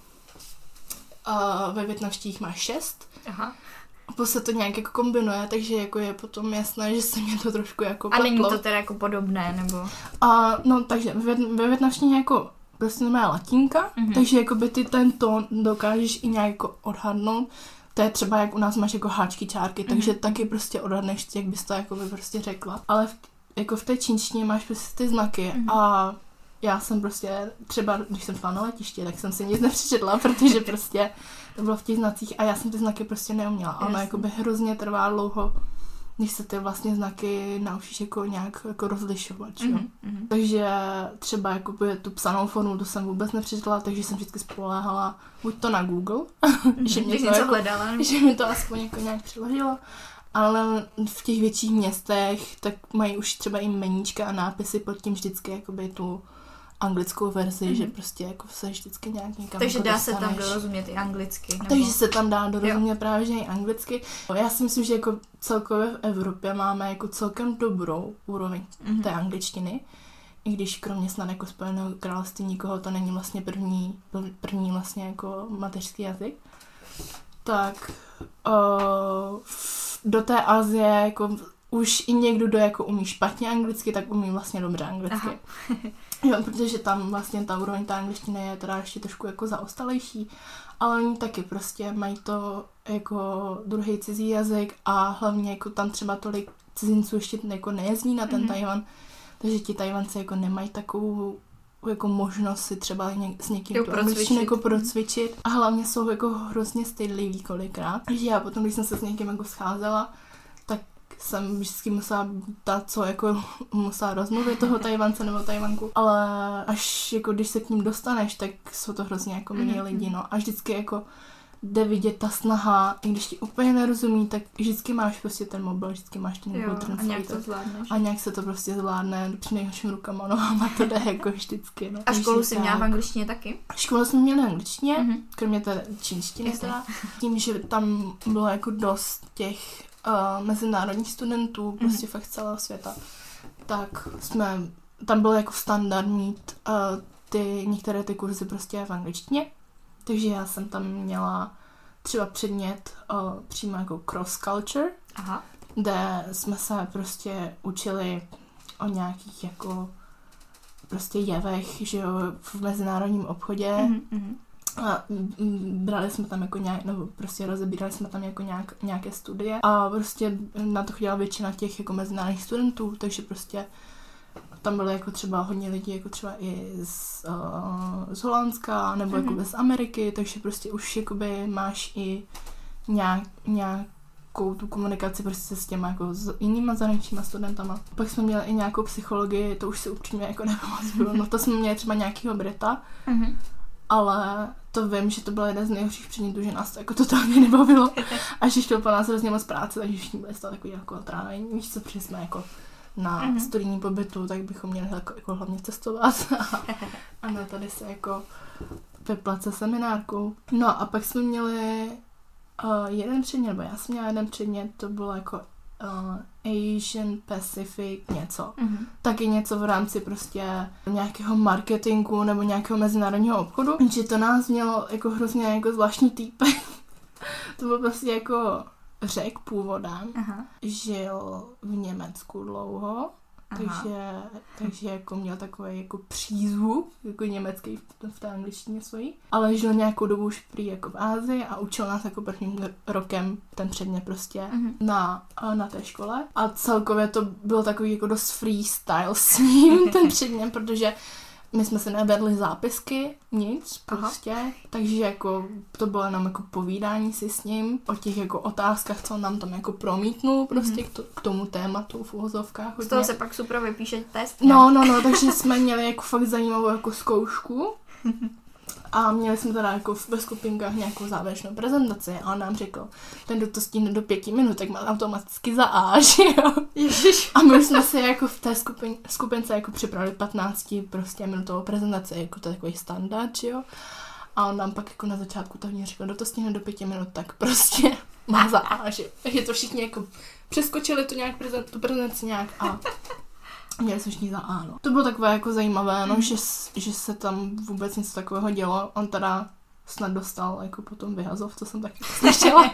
Uh, ve vietnamštině má šest. Aha. A potom se to nějak jako kombinuje, takže jako je potom jasné, že se mě to trošku jako pletlo. A není pletlo. to teda jako podobné, nebo? A no, takže ve, ve vietnamštině jako prostě nemá latinka, mm-hmm. takže jako by ty ten tón dokážeš i nějak jako odhadnout. To je třeba, jak u nás máš jako háčky, čárky, mm-hmm. takže taky prostě odhadneš, jak bys to jako by prostě řekla. Ale v, jako v té čínštině máš prostě ty znaky mm-hmm. a já jsem prostě, třeba když jsem šla na letiště, tak jsem si nic nepřečetla, protože prostě to bylo v těch znacích a já jsem ty znaky prostě neuměla. A ono jakoby hrozně trvá dlouho, než se ty vlastně znaky naučíš jako nějak jako rozlišovat, jo. Mm-hmm. Takže třeba jakoby tu psanou formu, to jsem vůbec nepřečetla, takže jsem vždycky spoléhala buď to na Google, mm-hmm. že, mě to jako, hledala, že mi to aspoň jako nějak přeložilo, ale v těch větších městech tak mají už třeba i meníčka a nápisy pod tím vždycky jakoby tu anglickou verzi, mm-hmm. že prostě jako se vždycky nějak někam takže jako dá dostaneš. se tam dorozumět i anglicky. Nebo... Takže se tam dá dorozumět jo. právě, že i anglicky. Já si myslím, že jako celkově v Evropě máme jako celkem dobrou úroveň mm-hmm. té angličtiny, i když kromě snad jako Spojeného království nikoho to není vlastně první, první vlastně jako mateřský jazyk. Tak uh, do té Asie jako už i někdo, kdo jako umí špatně anglicky, tak umí vlastně dobře anglicky. Jo, protože tam vlastně ta úroveň té angličtiny je teda ještě trošku jako zaostalejší, ale oni taky prostě mají to jako druhý cizí jazyk a hlavně jako tam třeba tolik cizinců ještě jako nejezdí na ten mm-hmm. Tajvan, takže ti Tajvanci jako nemají takovou jako možnost si třeba ně, s někým tu angličtinu jako procvičit a hlavně jsou jako hrozně stydliví kolikrát. Takže já potom, když jsem se s někým jako scházela, tak jsem vždycky musela dát, co jako musela rozmluvit toho Tajvance nebo Tajvanku, ale až jako když se k ním dostaneš, tak jsou to hrozně jako milí mm-hmm. lidi, no a vždycky jako jde vidět ta snaha, i když ti úplně nerozumí, tak vždycky máš prostě ten mobil, vždycky máš ten Google Translate. A nějak to zvládneš. A nějak se to prostě zvládne, při nejhorším rukama, nohama to jde jako vždycky. No. A školu jsi měla v angličtině taky? Školu jsme měli v angličtině, mm-hmm. kromě té čínštiny teda. Tím, že tam bylo jako dost těch uh, mezinárodních studentů, prostě mm-hmm. fakt z celého světa, tak jsme, tam bylo jako standard mít uh, ty, některé ty kurzy prostě v angličtině. Takže já jsem tam měla třeba předmět uh, přímo jako cross culture, aha. kde jsme se prostě učili o nějakých jako prostě jevech, že jo, v mezinárodním obchodě. Mm-hmm. A brali jsme tam jako nějak, nebo prostě rozebírali jsme tam jako nějak, nějaké studie a prostě na to chodila většina těch jako mezinárodních studentů, takže prostě tam byly jako třeba hodně lidí, jako třeba i z, uh, z Holandska, nebo mm-hmm. jako z Ameriky, takže prostě už jakoby máš i nějak, nějakou tu komunikaci prostě s těma jako s jinýma zahraničníma studentama. Pak jsme měli i nějakou psychologii, to už si upřímně jako nepamatuju, no to jsme měli třeba nějakýho Brita, mm-hmm. ale to vím, že to byl jeden z nejhorších předmětů, že nás to jako totálně nebavilo a že šlo po nás hrozně moc práce, takže všichni byli z toho takový jako trávení, víš co, protože jsme jako na mm-hmm. studijní pobytu, tak bychom měli jako, jako hlavně cestovat a, a ne tady se jako vyplat se seminárkou. No a pak jsme měli uh, jeden předmět, nebo já jsem měla jeden předmět, to bylo jako uh, Asian Pacific něco. Mm-hmm. Taky něco v rámci prostě nějakého marketingu nebo nějakého mezinárodního obchodu. Že to nás mělo jako hrozně jako zvláštní týpek. To bylo prostě jako Řek původem, aha. žil v Německu dlouho takže, takže jako měl takový jako přízvuk, jako německý v, v té angličtině svojí, ale žil nějakou dobu už prý jako v Ázii a učil nás jako prvním rokem ten předmět prostě uh-huh. na, na té škole a celkově to bylo takový jako dost freestyle s ním ten předmět, protože my jsme se nevedli zápisky, nic prostě, aha. takže jako to bylo jenom jako povídání si s ním o těch jako otázkách, co on nám tam jako promítnul prostě mm-hmm. k, to, k tomu tématu v uvozovkách. Z toho se pak super vypíše test. No, no, no, takže jsme měli jako fakt zajímavou jako zkoušku a měli jsme teda jako ve skupinkách nějakou závěrečnou prezentaci a on nám řekl, ten kdo to stihne do pěti minut, tak má automaticky za A, že jo? Ježiš. A my jsme si jako v té skupin, skupince jako připravili patnácti prostě minutovou prezentaci, jako to je takový standard, že jo? A on nám pak jako na začátku tak mě řekl, kdo to stihne do pěti minut, tak prostě má za A, že jo? Takže to všichni jako přeskočili tu nějak prezent, tu prezentaci nějak a měli jsme všichni za A, no. To bylo takové jako zajímavé, no, mm. že, že se tam vůbec něco takového dělo. On teda snad dostal jako potom vyhazov, to jsem taky slyšela.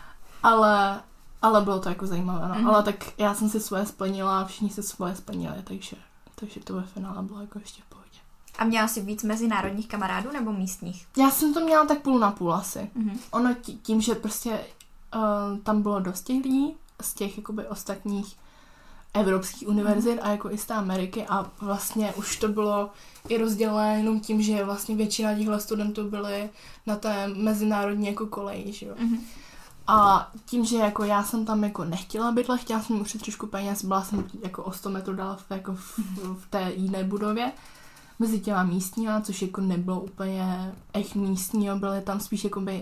ale, ale bylo to jako zajímavé, no. Mm. Ale tak já jsem si svoje splnila a všichni si svoje splnili, takže, takže to ve finále bylo jako ještě v pohodě. A měla jsi víc mezinárodních kamarádů nebo místních? Já jsem to měla tak půl na půl asi. Mm. Ono tím, že prostě uh, tam bylo dost těch lidí z těch jakoby ostatních evropských univerzit a jako i z té Ameriky a vlastně už to bylo i rozdělené jenom tím, že vlastně většina těchto studentů byly na té mezinárodní jako koleji, že jo. Mm-hmm. A tím, že jako já jsem tam jako nechtěla bydlet, chtěla jsem ušet trošku peněz, byla jsem jako o sto metrů dál v, jako v, v té jiné budově mezi těma místníma, což jako nebylo úplně echt místní, byly tam spíš jakoby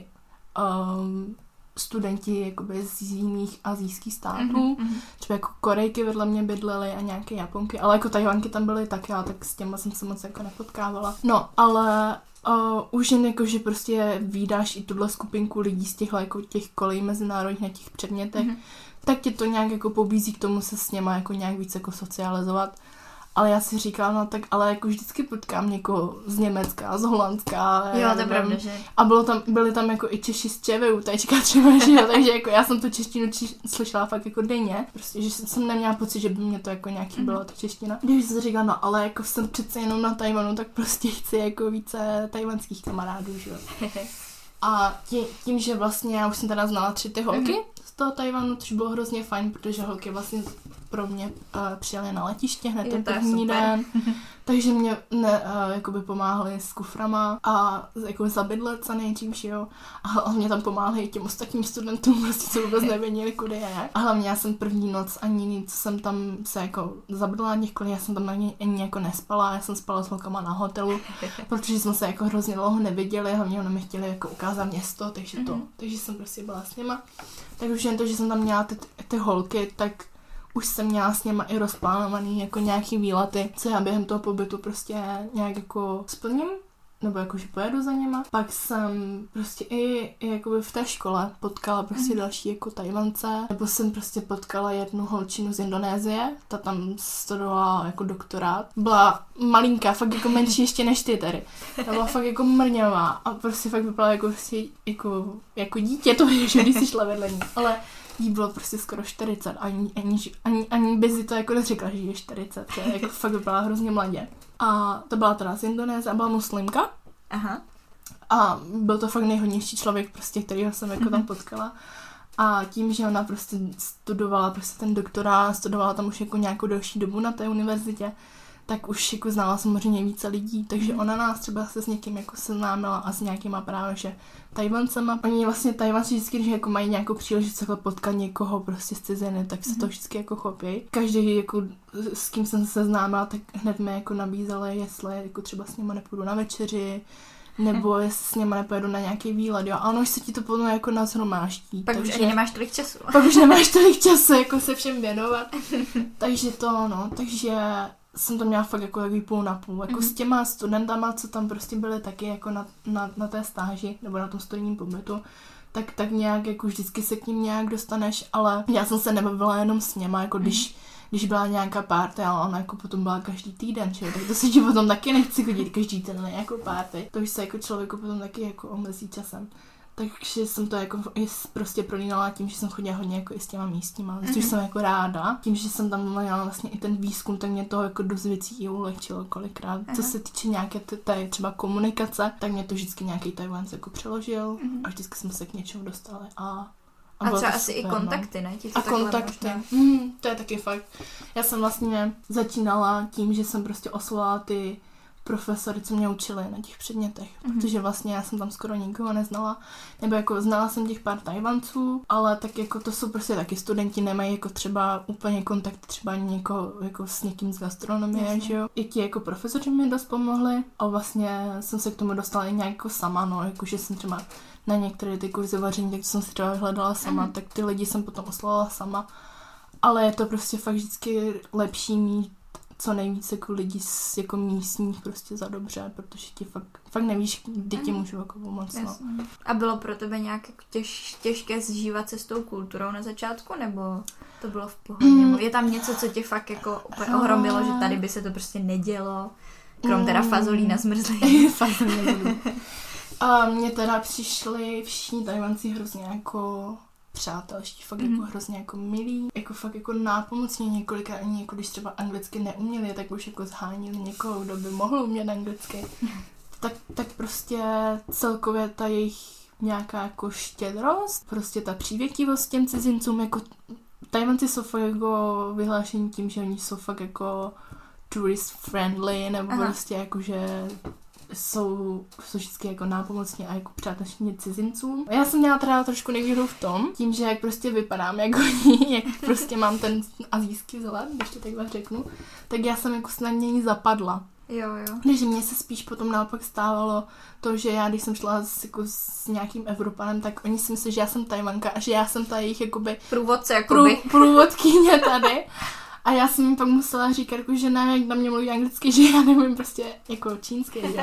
um, studenti jakoby z jiných azijských států. Mm-hmm. Třeba jako Korejky vedle mě bydlely a nějaké Japonky, ale jako Tajvanky tam byly taky, ale tak s těma jsem se moc jako nepotkávala. No, ale uh, už jen jako, že prostě vídáš i tuhle skupinku lidí z těchhle jako těch kolejí mezinárodních na těch předmětech, mm-hmm. tak tě to nějak jako pobízí k tomu se s něma jako nějak víc jako socializovat. Ale já si říkám, no tak ale jako vždycky potkám někoho z Německa, z Holandska. Jo, to je pravda, že? A bylo tam, byli tam jako i Češi z ČVUTčka třeba, že jo, takže jako já jsem tu češtinu či, slyšela fakt jako denně. Prostě, že jsem neměla pocit, že by mě to jako nějaký bylo ta čeština. Když jsem si říkala, no ale jako jsem přece jenom na Tajvanu, tak prostě chci jako více tajvanských kamarádů, že jo. A tím, tím, že vlastně já už jsem teda znala tři ty holky mm-hmm. z toho Tajvanu, což bylo hrozně fajn, protože holky vlastně pro mě uh, přijeli na letiště hned ten první den, takže mě ne, uh, jakoby pomáhali s kuframa a jako zabydlet co nejdřív, jo. A hlavně tam pomáhali i těm ostatním studentům, prostě co vůbec nevěděli, kudy je. A hlavně já jsem první noc ani nic, jsem tam se jako zabydla několik, já jsem tam ani, ani jako nespala, já jsem spala s holkama na hotelu, protože jsme se jako hrozně dlouho neviděli, hlavně oni mi chtěli jako ukázat město, takže to, mm-hmm. takže jsem prostě byla s nima. Tak už jen to, že jsem tam měla ty, ty holky, tak už jsem měla s něma i rozplánovaný jako nějaký výlety, co já během toho pobytu prostě nějak jako splním, nebo jako, že pojedu za něma. Pak jsem prostě i, i jakoby v té škole potkala prostě mm. další jako Tajvance, nebo jsem prostě potkala jednu holčinu z Indonésie, ta tam studovala jako doktorát. Byla malinká, fakt jako menší ještě než ty tady. Ta byla fakt jako mrňavá a prostě fakt vypadala jako, prostě, jako, jako dítě, to víš, když jsi šla vedle ní. Ale jí bylo prostě skoro čtyřicet, ani, ani, ani, ani by si to jako neřekla, že je čtyřicet, že jako fakt vypadala hrozně mladě. A to byla teda z Indonésie a byla muslimka. Aha. A byl to fakt nejhodnější člověk, prostě, kterýho jsem jako tam potkala. A tím, že ona prostě studovala prostě ten doktorát, studovala tam už jako nějakou delší dobu na té univerzitě, tak už jako znala samozřejmě více lidí, takže ona nás třeba se s někým jako seznámila a s nějakýma právě, že Tajvancema. Oni vlastně Tajvanci vždycky, když jako mají nějakou příležitost jako potkat někoho prostě z ciziny, tak se to vždycky jako chopí. Každý jako s kým jsem se seznámila, tak hned mi jako nabízeli, jestli jako třeba s nima nepůjdu na večeři, nebo jestli s nima nepojedu na nějaký výlet, jo. A ono už se ti to potom jako nazhromáždí. Pak takže, už ani nemáš tolik času. Pak už nemáš tolik času, jako se všem věnovat. Takže to, no, takže jsem to měla fakt jako takový půl na půl. Jako mm-hmm. s těma studentama, co tam prostě byly taky jako na, na, na té stáži, nebo na tom studijním pobytu, tak, tak nějak jako vždycky se k ním nějak dostaneš, ale já jsem se nebavila jenom s něma, jako mm-hmm. když když byla nějaká party, ale ona jako potom byla každý týden, že? Tak to se ti potom taky nechci chodit každý den na nějakou party. To už se jako člověku potom taky jako omezí časem. takže jsem to jako prostě prolínala tím, že jsem chodila hodně jako i s těma místníma, což Mhm. jsem jako ráda. Tím, že jsem tam měla vlastně i ten výzkum, tak mě to jako dost věcí ulehčilo kolikrát. Aha. Co se týče nějaké t- té třeba komunikace, tak mě to vždycky nějaký Tajvanec jako přeložil Mhm. a vždycky jsme se k něčemu dostali a A bylo třeba to asi i super, no. kontakty, ne? Ti to A takhle kontakty. možná- Mm, to je taky fakt. Já jsem vlastně začínala tím, že jsem prostě oslovala ty profesory, co mě učili na těch předmětech, Mhm. protože vlastně já jsem tam skoro nikoho neznala, nebo jako znala jsem těch pár Tajvanců, ale tak jako to jsou prostě taky studenti, nemají jako třeba úplně kontakt třeba ani někoho jako s někým z gastronomie, Jasně. že jo. I ti jako profesoři mi dost pomohli a vlastně jsem se k tomu dostala i nějak jako sama, no, jakože jsem třeba na některé ty kurzy vaření, tak to jsem si třeba hledala sama, Mhm. tak ty lidi jsem potom oslovala sama. Ale je to prostě fakt vždycky lepší mít co nejvíce jako lidí z jako místních prostě za dobře, protože ti fakt, fakt nevíš, kdy ti Mhm. můžu jako pomoct. No. Jasně. A bylo pro tebe nějak jako těž, těžké zžívat se s tou kulturou na začátku, nebo to bylo v pohodě? Mm. Je tam něco, co tě fakt jako úplně ohromilo, že tady by se to prostě nedělo? Krom teda Mm. fazolí na zmrzlení. Fakt nebudu. A mně teda přišli všichni Tajvanci hrozně jako přátelští, fakt Mhm. jako hrozně jako milí, jako fakt jako nápomocní několikrát, ani jako když třeba anglicky neuměli, tak už jako zhánili někoho, kdo by mohl umět anglicky. Tak, tak prostě celkově ta jejich nějaká jako štědrost, prostě ta přívětivost těm cizincům, jako Tajvanci jsou fakt jako vyhlášení tím, že oni jsou fakt jako tourist friendly, nebo Aha. prostě jako, že jsou, jsou vždycky jako nápomocní a jako přátelští cizincům. Já jsem měla teda trošku nevýhodu v tom, tím, že jak prostě vypadám jako oni, jak prostě mám ten asijský vzhled, když to takhle řeknu, tak já jsem jako snadněji zapadla. Jo, jo. Takže mně se spíš potom naopak stávalo to, že já, když jsem šla s, jako s nějakým Evropanem, tak oni si myslí, že já jsem Tajvanka a že já jsem ta jejich jakoby Průvodce, prů, jakoby. průvodkyně tady. A já jsem jim pak musela říkat, jako, že ne, jak na mě mluví anglicky, že já nevím prostě jako čínsky. Že?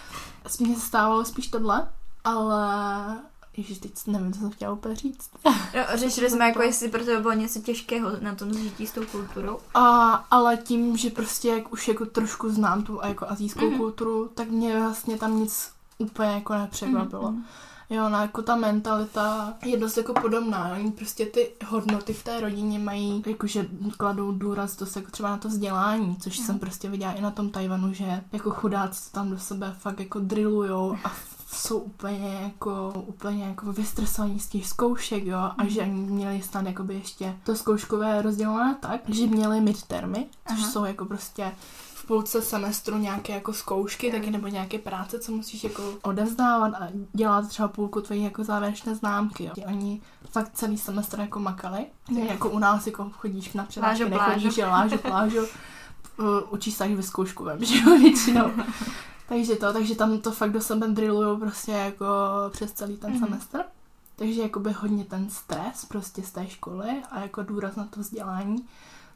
Mně se stávalo spíš tohle, ale ježiš, teď nevím, co jsem chtěla úplně říct. No, řešili jsme, jako jestli pro tebe bylo něco těžkého na tom zžití s tou kulturou. A, ale tím, že prostě jak už jako trošku znám tu jako asijskou Mhm. kulturu, tak mě vlastně tam nic úplně jako nepřekvapilo. Mhm. Jo, no jako ta mentalita je dost jako podobná. Oni prostě ty hodnoty v té rodině mají, jakože kladou důraz dost jako třeba na to vzdělání, což Mhm. jsem prostě viděla i na tom Tajvanu, že jako chudáci tam do sebe fakt jako drillujou a jsou úplně jako, úplně jako vystresovaní z těch zkoušek, jo, a Mhm. že oni měli snad jakoby ještě to zkouškové rozdělené tak, že měli midtermy, což Aha. jsou jako prostě v půlce semestru nějaké jako zkoušky, taky nebo nějaké práce, co musíš jako odevzdávat a dělat třeba půlku tvojí jako závěrečné známky, jo. Oni fakt celý semestr jako makali, Jo. jako u nás jako chodíš na přednášky, Lážo, plážo. nechodíš, že lážu, plážu, uh, učíš se až ve zkouškovém, že jo, většinou. Takže to, takže tam to fakt do sebe drillujou prostě jako přes celý ten Mhm. semestr. Takže jakoby hodně ten stres prostě z té školy a jako důraz na to vzdělání,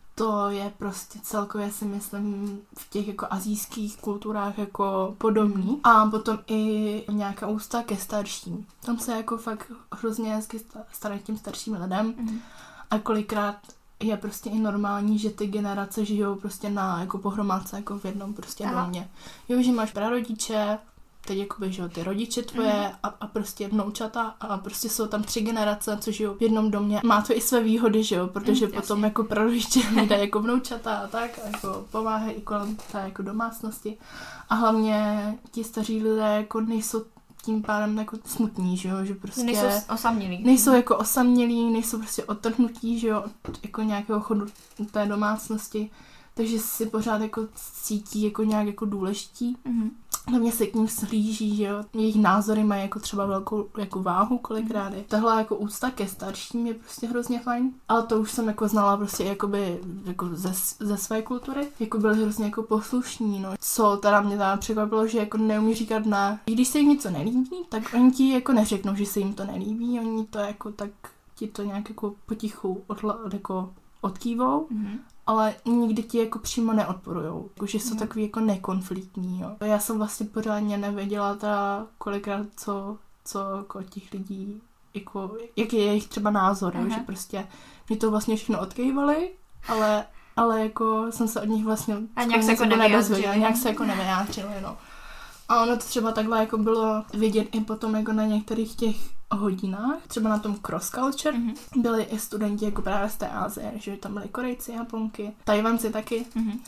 to je prostě celkově si myslím v těch jako asijských kulturách jako podobný. A potom i nějaká úcta ke starším. Tam se jako fakt hrozně hezky starají tím starším lidem Mhm. a kolikrát je prostě i normální, že ty generace žijou prostě na jako pohromádce jako v jednom prostě Aha. domě. Jo, že máš prarodiče, teď jakoby, že jo, ty rodiče tvoje Mhm. a, a prostě vnoučata a prostě jsou tam tři generace, co žijou v jednom domě. Má to i své výhody, že jo, protože Mhm, potom jasně. jako prarodiče dají jako vnoučata a tak a jako pomáhají i kolem té jako domácnosti. A hlavně ti staří lidé jako nejsou tím pádem jako smutní, že jo, že prostě Nejsou osamělí. nejsou jako osamělí, nejsou prostě odtrhnutí, že jo, od jako nějakého chodu té domácnosti, takže si pořád jako cítí jako nějak jako důležití. Mhm. Hlavně se k ním slíží, že jo, jejich názory mají jako třeba velkou jako váhu kolikrát. Mm. Tahle jako úcta ke starším je prostě hrozně fajn, ale to už jsem jako znala prostě jakoby jako ze, ze své kultury, jako byli hrozně jako poslušní, no. Co teda mě teda překvapilo, že jako neumí říkat ne. Když se jim něco nelíbí, tak oni ti jako neřeknou, že se jim to nelíbí, oni to jako tak ti to nějak jako potichu odla, jako odkývou. Mhm. Ale nikdy ti jako přímo neodporujou, jako, že jsou Jo. takový jako nekonfliktní, jo. Já jsem vlastně pořádně nevěděla teda kolikrát, co, co jako těch lidí, jako, jaký je jejich třeba názor, jo, Aha. že prostě mě to vlastně všechno odkejvali, ale, ale jako jsem se od nich vlastně A nějak se skoro jako nic nedozvěděla, nevyjádřili. nějak se jako nevyjádřili, no. A ono to třeba takhle jako bylo vidět i potom jako na některých těch hodinách, třeba na tom cross culture, mm-hmm. byli i studenti jako právě z té Asie, že tam byli Korejci, Japonky, Tajvanci taky. Mm-hmm.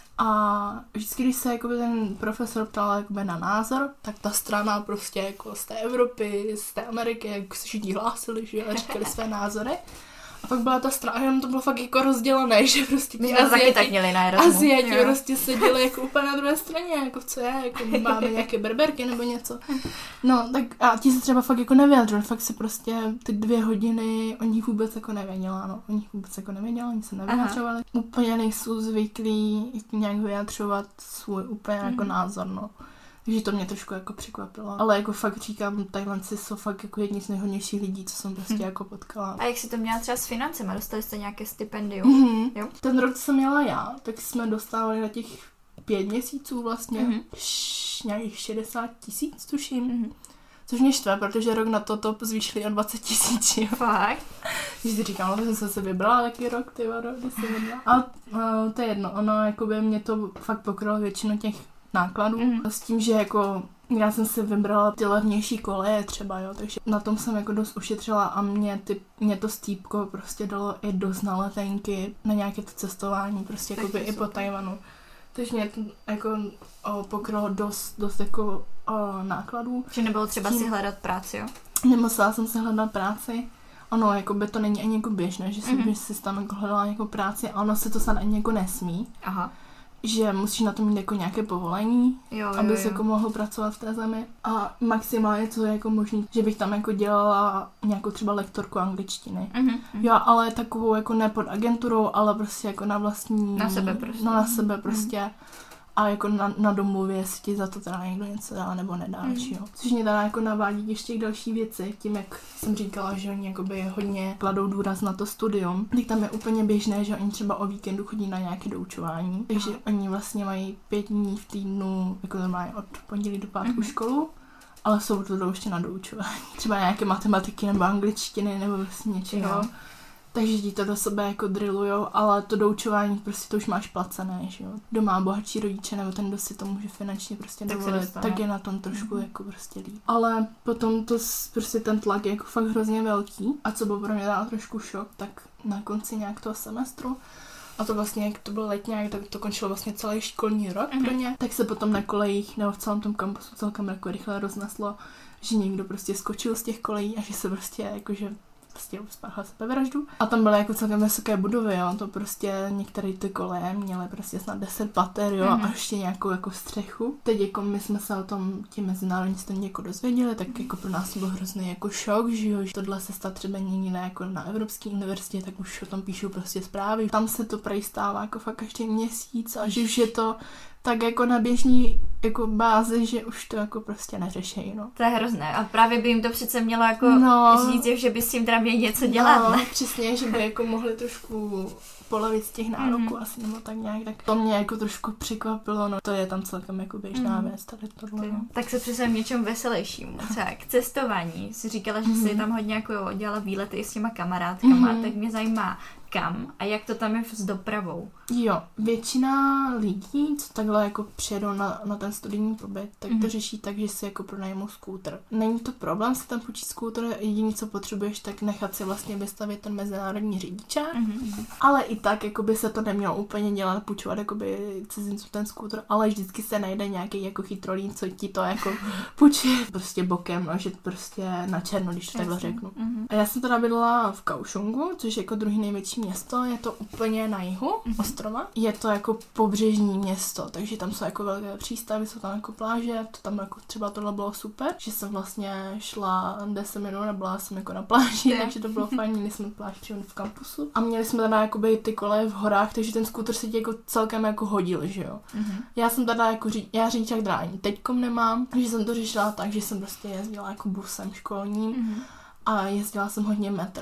A vždycky, když se jakoby ten profesor ptal jakoby na názor, tak ta strana prostě jako z té Evropy, z té Ameriky, jak se všichni hlásili, že a říkali své názory. A pak byla ta strana, jenom to bylo fakt jako rozdělené, že prostě my jsme taky tak měli na Erasmu. Aziati prostě seděli jako úplně na druhé straně, jako co je, jako máme nějaké berberky nebo něco. No, tak a ti se třeba fakt jako nevyjadřili, fakt se prostě ty dvě hodiny o nich vůbec jako nevěděla, no, o nich vůbec jako nevěděla, oni se nevyjadřovali. Aha. Úplně nejsou zvyklí nějak vyjadřovat svůj úplně mm. jako názor, no. Takže to mě trošku jako překvapilo. Ale jako fakt říkám, Tajvanci jsou fakt jako jedni z nejhodnějších lidí, co jsem prostě hmm. jako potkala. A jak jsi to měla třeba s financema? Dostali jste nějaké stipendium? Mm-hmm. Jo? Ten rok, co jsem měla já, tak jsme dostávali na těch pět měsíců vlastně mm-hmm. š- nějakých šedesát tisíc, tuším. Mm-hmm. Což mě štve, protože rok na to to zvýšili o dvacet tisíc. Fakt? Když si říkám, že jsem se vybrala taky rok, ty vado, když jsem vybrala. A uh, to je jedno, ono jakoby mě to fakt pokrylo většinu těch nákladů, mm. s tím, že jako já jsem si vybrala ty levnější koleje třeba, jo, takže na tom jsem jako dost ušetřila a mě, ty, mě to stýpko prostě dalo i dost na letenky, na nějaké to cestování, prostě jako by i po Tajvanu. Takže mě to jako o, pokrylo dost, dost jako o, nákladů. Že nebylo třeba tím, si hledat práci, jo? Nemusela jsem si hledat práci. Ono, jako by to není ani jako běžné, že, mm-hmm. si tam jako hledala jako práci a ono se to snad ani jako nesmí. Aha. Že musíš na to mít jako nějaké povolení, jo, jo, aby se jako mohl pracovat v té zemi. A maximálně, co je jako možný, že bych tam jako dělala nějakou třeba lektorku angličtiny. Mm-hmm. Jo, ale takovou jako ne pod agenturou, ale prostě jako na vlastní... Na sebe prostě. No na sebe prostě. Mm-hmm. A jako na, na domluvě, jestli ti za to teda někdo něco dá nebo nedáš, mm. jo. Což mě teda jako navádí ještě k další věci, tím jak jsem říkala, že oni jakoby hodně kladou důraz na to studium, tak tam je úplně běžné, že oni třeba o víkendu chodí na nějaké doučování, takže Aha. oni vlastně mají pět dní v týdnu, jako normálně od pondělí do pátku mm. školu, ale jsou to ještě na doučování. Třeba nějaké matematiky nebo angličtiny nebo vlastně něčeho. Jo. Takže ti to do sebe jako drillujou, ale to doučování prostě to už máš placené, že jo. Doma bohatší rodiče nebo ten, kdo si to může finančně prostě tak dovolit, tak je na tom trošku mm-hmm. jako prostě líp. Ale potom to prostě ten tlak je jako fakt hrozně velký a co byl pro mě dá trošku šok, tak na konci nějak toho semestru a to vlastně, jak to byl letňák, tak to končilo vlastně celý školní rok mm-hmm. pro ně, tak se potom na kolejích nebo v celém tom kampusu celkem jako rychle rozneslo, že někdo prostě skočil z těch kolejí a že se prostě jakože prostě spáchal sebevraždu. A tam byly jako celkem vysoké budovy, jo, to prostě některé ty koleje měly prostě snad deset pater, jo, mm-hmm. a ještě nějakou jako střechu. Teď jako my jsme se o tom ti mezinárodní studenti jako dozvěděli, tak jako pro nás to byl hrozný jako šok, že jo, že tohle se stát třeba někdy jako na Evropské univerzitě, tak už o tom píšou prostě zprávy. Tam se to prej stává jako fakt každý měsíc a že už je to tak jako na běžný jako bázi, že už to jako prostě neřešejí, no. To je hrozné a právě by jim to přece mělo jako no, říct, že by s tím teda měli něco dělat, no, ne? Přesně, že by jako mohli trošku polevit z těch nároků mm-hmm. asi nebo tak nějak, tak to mě jako trošku překvapilo, no to je tam celkem jako běžná mm-hmm. věc, tady tohle. No. Tak se přesvědčím něčem veselějšímu, třeba k cestování, jsi říkala, že mm-hmm. jsi tam hodně jako dělala výlety i s těma kamarádkama, mm-hmm. tak mě zajímá, kam a jak to tam je s dopravou? Jo, většina lidí, co takhle jako přijedou na, na ten studijní pobyt, tak mm-hmm. to řeší tak, že si jako pronajmou skútr. Není to problém si tam půjčit skútr, jediné, co potřebuješ, tak nechat si vlastně vystavit ten mezinárodní řidičák, mm-hmm. ale i tak jako by se to nemělo úplně dělat, půjčovat jakoby cizinců ten skútr, ale vždycky se najde nějaký jako chytrolín, co ti to jako půjčí prostě bokem, no, že prostě na černo, když to takhle řeknu. Mm-hmm. A já jsem teda bydlela v Kaohsiungu, což je jako druhý největší město, je to úplně na jihu mm-hmm. ostrova. Je to jako pobřežní město, takže tam jsou jako velké přístavy, jsou tam jako pláže, to tam jako třeba tohle bylo super, že jsem vlastně šla deset minut a byla jsem jako na pláži, takže to bylo fajn, měli jsme pláž přímo v kampusu a měli jsme teda jakoby ty koleje v horách, takže ten skútr se ti jako celkem jako hodil, že jo. Mm-hmm. Já jsem teda jako, ří, já řidičák teda ani teďkom nemám, takže jsem to řešila tak, že jsem prostě jezdila jako busem školním mm-hmm. a jezdila jsem hodně metrem.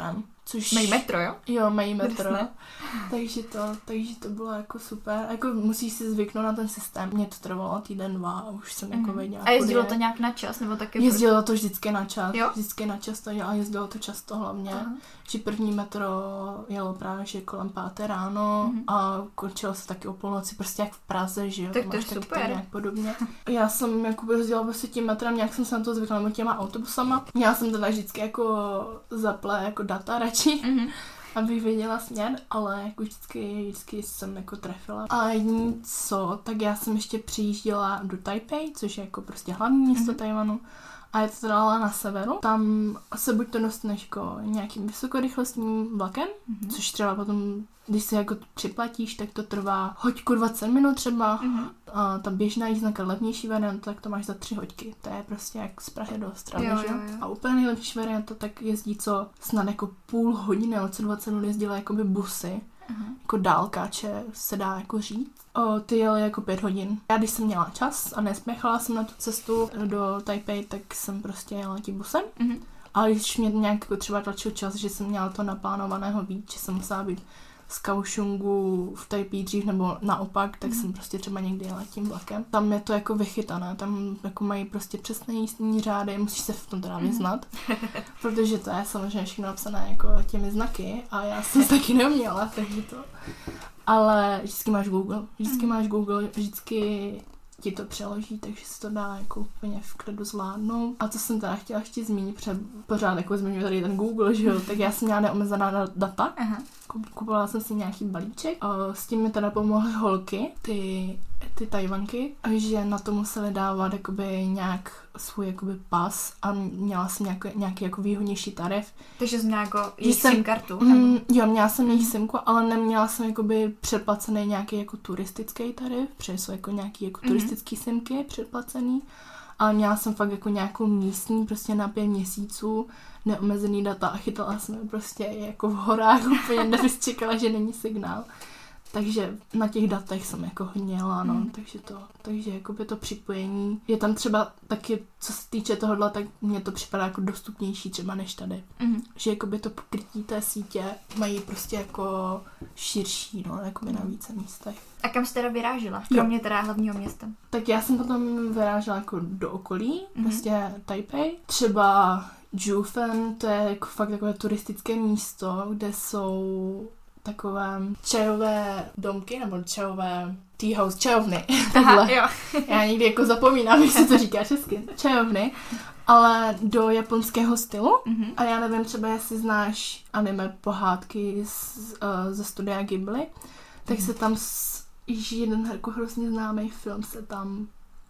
Což... Mají metro, jo? Jo, mají metro. Jasně. takže to, takže to bylo jako super. Jako musíš si zvyknout na ten systém. Mě to trvalo týden, dva a už jsem mm. jako věděla. A jezdilo to nějak na čas? Nebo taky jezdilo to vždycky na čas. Jo? Vždycky na čas to a jezdilo to často hlavně. Aha. Že první metro jelo právě že kolem páté ráno mm. a končilo se taky o půlnoci, prostě jak v Praze, že jo. Tak to je super. Tak nějak podobně. Já jsem jako jezdila prostě tím metrem, nějak jsem se na to zvykla, nebo těma autobusama. Měla jsem teda vždycky jako zaple jako data radši. Mm. abych věděla směr, ale jako vždycky, vždycky jsem jako trefila. A něco, tak já jsem ještě přijížděla do Taipei, což je jako prostě hlavní město mm-hmm. Tajvanu. A je to teda na severu. Tam se buď to dostaneš jako nějakým vysokorychlostním vlakem, mm-hmm. což třeba potom, když se jako připlatíš, tak to trvá hoďku dvacet minut třeba. Mm-hmm. A ta běžná jízdenka levnější varianta, tak to máš za tři hoďky. To je prostě jak z Prahy do Ostravy, jo, že? Jo, jo. A úplně nejlepší varianta tak jezdí, co snad jako půl hodiny, ale co dvacet minut jezdila jakoby busy. Uh-huh. Jako dálkáče se dá jako říct. O, ty jeli jako pět hodin. Já když jsem měla čas a nespěchala jsem na tu cestu do Taipei, tak jsem prostě jela tím busem. Uh-huh. Ale když mě nějak jako třeba tlačil čas, že jsem měla to naplánovaného víc, že jsem musela být z Kaohsiungu v Taipei dřív nebo naopak, tak mm. jsem prostě třeba někdy jela tím vlakem. Tam je to jako vychytané, tam jako mají prostě přesné jízdní řády, musíš se v tom teda vyznat, mm. protože to je samozřejmě všechno napsané jako těmi znaky a já jsem se taky neuměla, takže to. Ale vždycky máš Google, vždycky mm. máš Google, vždycky ti to přeloží, takže se to dá jako úplně v klidu zvládnout. A co jsem teda chtěla ještě zmínit, protože pořád jako zmiňuji tady ten Google, že jo, tak já jsem měla neomezená data. Aha. Kupovala jsem si nějaký balíček. S tím mi teda pomohly holky, ty, ty Tajvanky, že na to museli dávat jakoby nějak svůj jakoby pas a měla jsem nějaký, nějaký jako výhodnější tarif. Takže jsi měla jako jejich jsem, SIM kartu? Mm, jo, měla jsem jejich SIMku, ale neměla jsem jakoby předplacený nějaký jako turistický tarif, protože jsou jako nějaký jako mm-hmm. turistický SIMky předplacený, ale měla jsem fakt jako nějakou místní prostě na pět měsíců neomezený data a chytala jsem je prostě jako v horách úplně, nebys čekala, že není signál. Takže na těch datech jsem jako hodně jela, no, mm. takže to, takže jakoby to připojení je tam třeba taky, co se týče tohohle, tak mně to připadá jako dostupnější třeba než tady. Mm. Že jakoby to pokrytí té sítě mají prostě jako širší, no, jakoby na více místech. A kam jsi teda vyrážela? Kromě teda hlavního města? Tak já jsem potom vyrážela jako do okolí, mm. prostě Taipei. Třeba Jufen, to je jako fakt takové turistické místo, kde jsou takové čajové domky, nebo čajové tea house, čajovny. Aha, jo. Já někdy jako zapomínám, jak se to říká česky. Čajovny, ale do japonského stylu. Mm-hmm. A já nevím, třeba jestli znáš anime pohádky z, uh, ze studia Ghibli, tak mm-hmm. se tam s, již jeden jako hrozně známý film se tam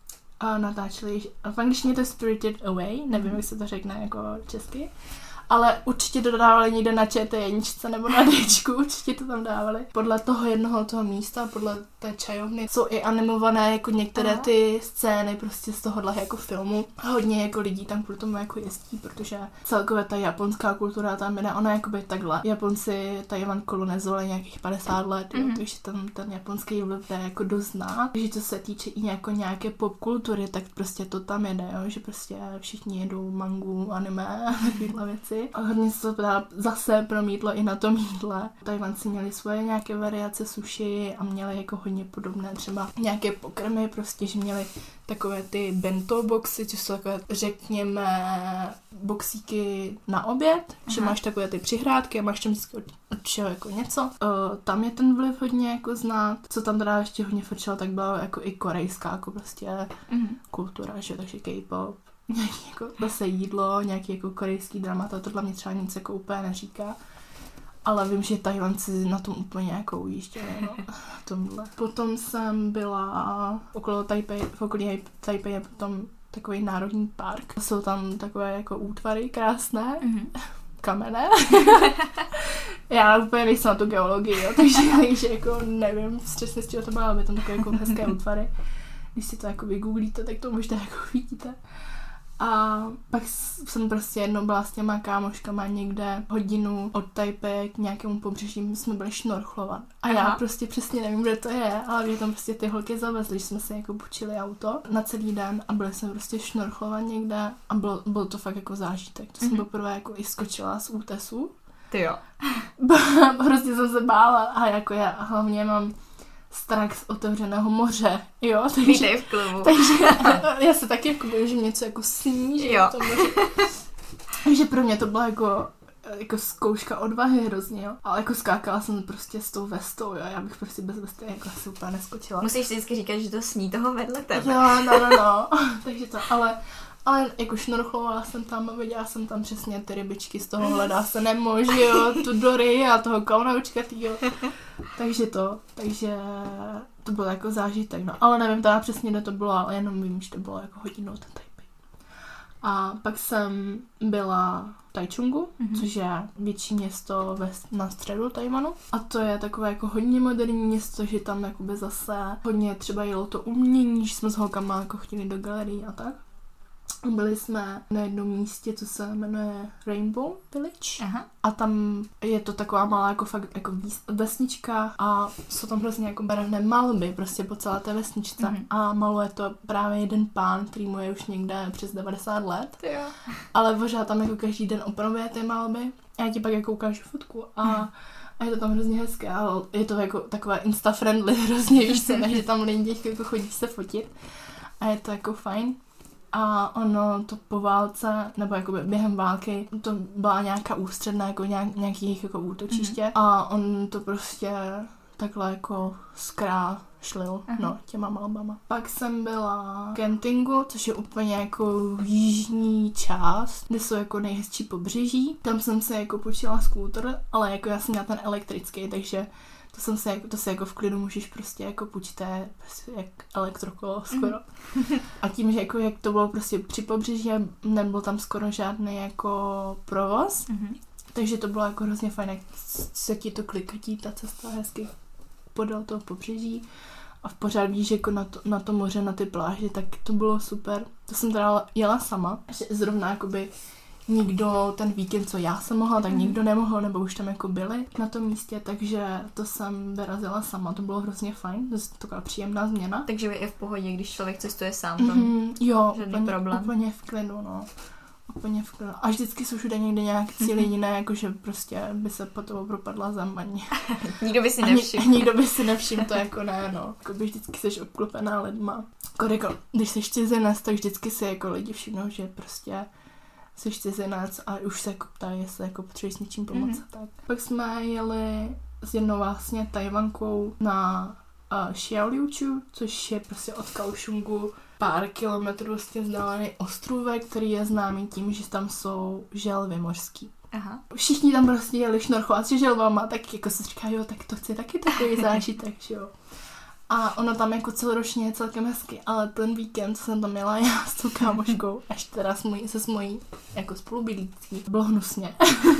uh, natáčeli. V angličtině to je Spirited Away, nevím, mm-hmm. jak se to řekne jako česky. Ale určitě to dávali někde na Č T jedničce nebo na Dčku, určitě to tam dávali. Podle toho jednoho toho místa, podle té čajovny, jsou i animované jako některé Aha. ty scény prostě z tohohle jako filmu. Hodně jako lidí tam kvůli tomu jako jezdí, protože celkově ta japonská kultura tam jde, ona jakoby takhle. Japonci Tajvan kolonizovali nějakých padesát let, mm-hmm. jo, takže tam ten japonský vliv je jako dost znát. Takže co se týče i jako nějaké popkultury, tak prostě to tam jede, jo, že prostě všichni jedou mangu, anime a takovéhle věci. A hodně se to teda zase promítlo i na tom jídle. Tajvanci měli svoje nějaké variace sushi a měli jako hodně podobné třeba nějaké pokrmy, prostě, že měli takové ty bento boxy, což jsou takové, řekněme, boxíky na oběd, Aha. že máš takové ty přihrádky a máš tam vždycky od čeho jako něco. Uh, tam je ten vliv hodně jako znát. Co tam teda ještě hodně frčelo, tak byla jako i korejská jako prostě mm. kultura, že takže K-pop. Nějaký jako zase jídlo, nějaký jako korejský dramata, tohle mě třeba nic jako úplně neříká. Ale vím, že Tajvanci na tom úplně jako ujížděli, no, tomhle. Potom jsem byla okolo Taipei, v okolí Taipei je potom takový národní park. Jsou tam takové jako útvary krásné, mm-hmm. kamenné. Já úplně nejsem na tu geologii, jo, takže, takže jako nevím přesně, z čeho to bylo, ale tam takové jako hezké útvary. Když si to jako vygooglíte, tak to možná jako vidíte. A pak jsem prostě jednou byla s těma kámoškama někde hodinu od Taipei k nějakému pobřeží, my jsme byli šnorchlovat. A Aha. já prostě přesně nevím, kde to je, ale mě tam prostě ty holky zavezly, že jsme si jako půjčili auto na celý den a byli jsme prostě šnorchlovat někde a bylo, bylo to fakt jako zážitek. To jsem mm-hmm. poprvé jako i skočila z útesu Ty jo. Prostě jsem se bála a jako já hlavně mám strach z otevřeného moře, jo, takže, v klubu. takže já se taky jako bojím, že něco jako sní, že jo. To moře. Takže pro mě to byla jako, jako zkouška odvahy hrozně, jo. Ale jako skákala jsem prostě s tou vestou, jo. Já bych prostě bez vesty jako asi úplně neskočila. Musíš vždycky říkat, že to sní toho vedle tebe. Jo, no, no, no. Takže to, ale, ale jako šnorchlovala jsem tam, viděla jsem tam přesně ty rybičky z toho hledá se nemo, že jo, tu Dory a toho klaunaučka, týho. Takže to, takže to bylo jako zážitek, no. Ale nevím teda přesně, kde to bylo, ale jenom vím, že to bylo jako hodinu od Taipei. A pak jsem byla v Taichungu, mm-hmm. což je větší město ve, na středu Tajvanu. A to je takové jako hodně moderní město, že tam jakoby zase hodně třeba jelo to umění, že jsme s holkama jako chodili do galerií a tak. Byli jsme na jednom místě, co se jmenuje Rainbow Village. Aha. A tam je to taková malá jako fakt jako vesnička a jsou tam prostě jako barevné malby prostě po celé té vesničce. Mm-hmm. A maluje to právě jeden pán, který mu je už někde přes devadesát let. Jo. Ale pořád tam jako každý den opravuje ty malby. A já ti pak jako ukážu fotku a mm. A je to tam hrozně hezké, ale je to jako takové insta-friendly hrozně, víš co, takže tam lidi jako chodí se fotit. A je to jako fajn. A ono to po válce, nebo jako během války, to byla nějaká ústředná, jako nějak, nějaký jako útočiště. Mm-hmm. A on to prostě takhle jako zkrášlil, uh-huh. no, těma malbama. Pak jsem byla v Gentingu, což je úplně jako jižní část, kde jsou jako nejhezčí pobřeží. Tam jsem se jako počila skútr, ale jako já jsem měla ten elektrický, takže to jsem se jako, to se jako v klidu můžeš prostě jako půjčit, prostě jak elektrokolo skoro. Mm. A tím, že jako jak to bylo prostě při pobřeží, nebyl tam skoro žádný jako provoz, mm-hmm. takže to bylo jako hrozně fajn, jak se ti to klikatí, ta cesta hezky podél toho pobřeží a v pořád víš jako na to, na to moře, na ty pláže, tak to bylo super. To jsem teda jela sama, že zrovna jakoby nikdo ten víkend, co já jsem mohla, tak nikdo nemohl, nebo už tam jako byli na tom místě, takže to jsem vyrazila sama, to bylo hrozně fajn, to je taková příjemná změna. Takže je v pohodě, když člověk cestuje sám, mm-hmm, jo, žádný úplně, problém. úplně v klidu, no. Úplně v klidu. A vždycky jsou všude někde nějak cíly jiné, jakože prostě by se po toho propadla zem ani... Nikdo by si nevšiml. Ani, nikdo by si nevšiml, to jako ne, no. Jako by vždycky jsi obklopená lidma. Jako, když jsi cizinec, tak vždycky si jako lidi všimnou, že prostě jsi cizinec a už se jako ptají, jestli jako potřebuješ s něčím pomoct. Mm-hmm. Tak. Pak jsme jeli s jednou vlastně Tajvankou na uh, Xiaoliuqiu, což je prostě od Kaohsiungu pár kilometrů vlastně vzdálený ostrůvek, který je známý tím, že tam jsou želvy mořský. Aha. Všichni tam prostě jeli šnorchovat s želvama, tak jako se říká, jo, tak to chci taky takový zážitek, že jo. A ono tam jako celoročně je celkem hezky, ale ten víkend, co jsem tam měla já s tou kámoškou, až teda s mojí, se s mojí jako spolubydlící, bylo hnusně.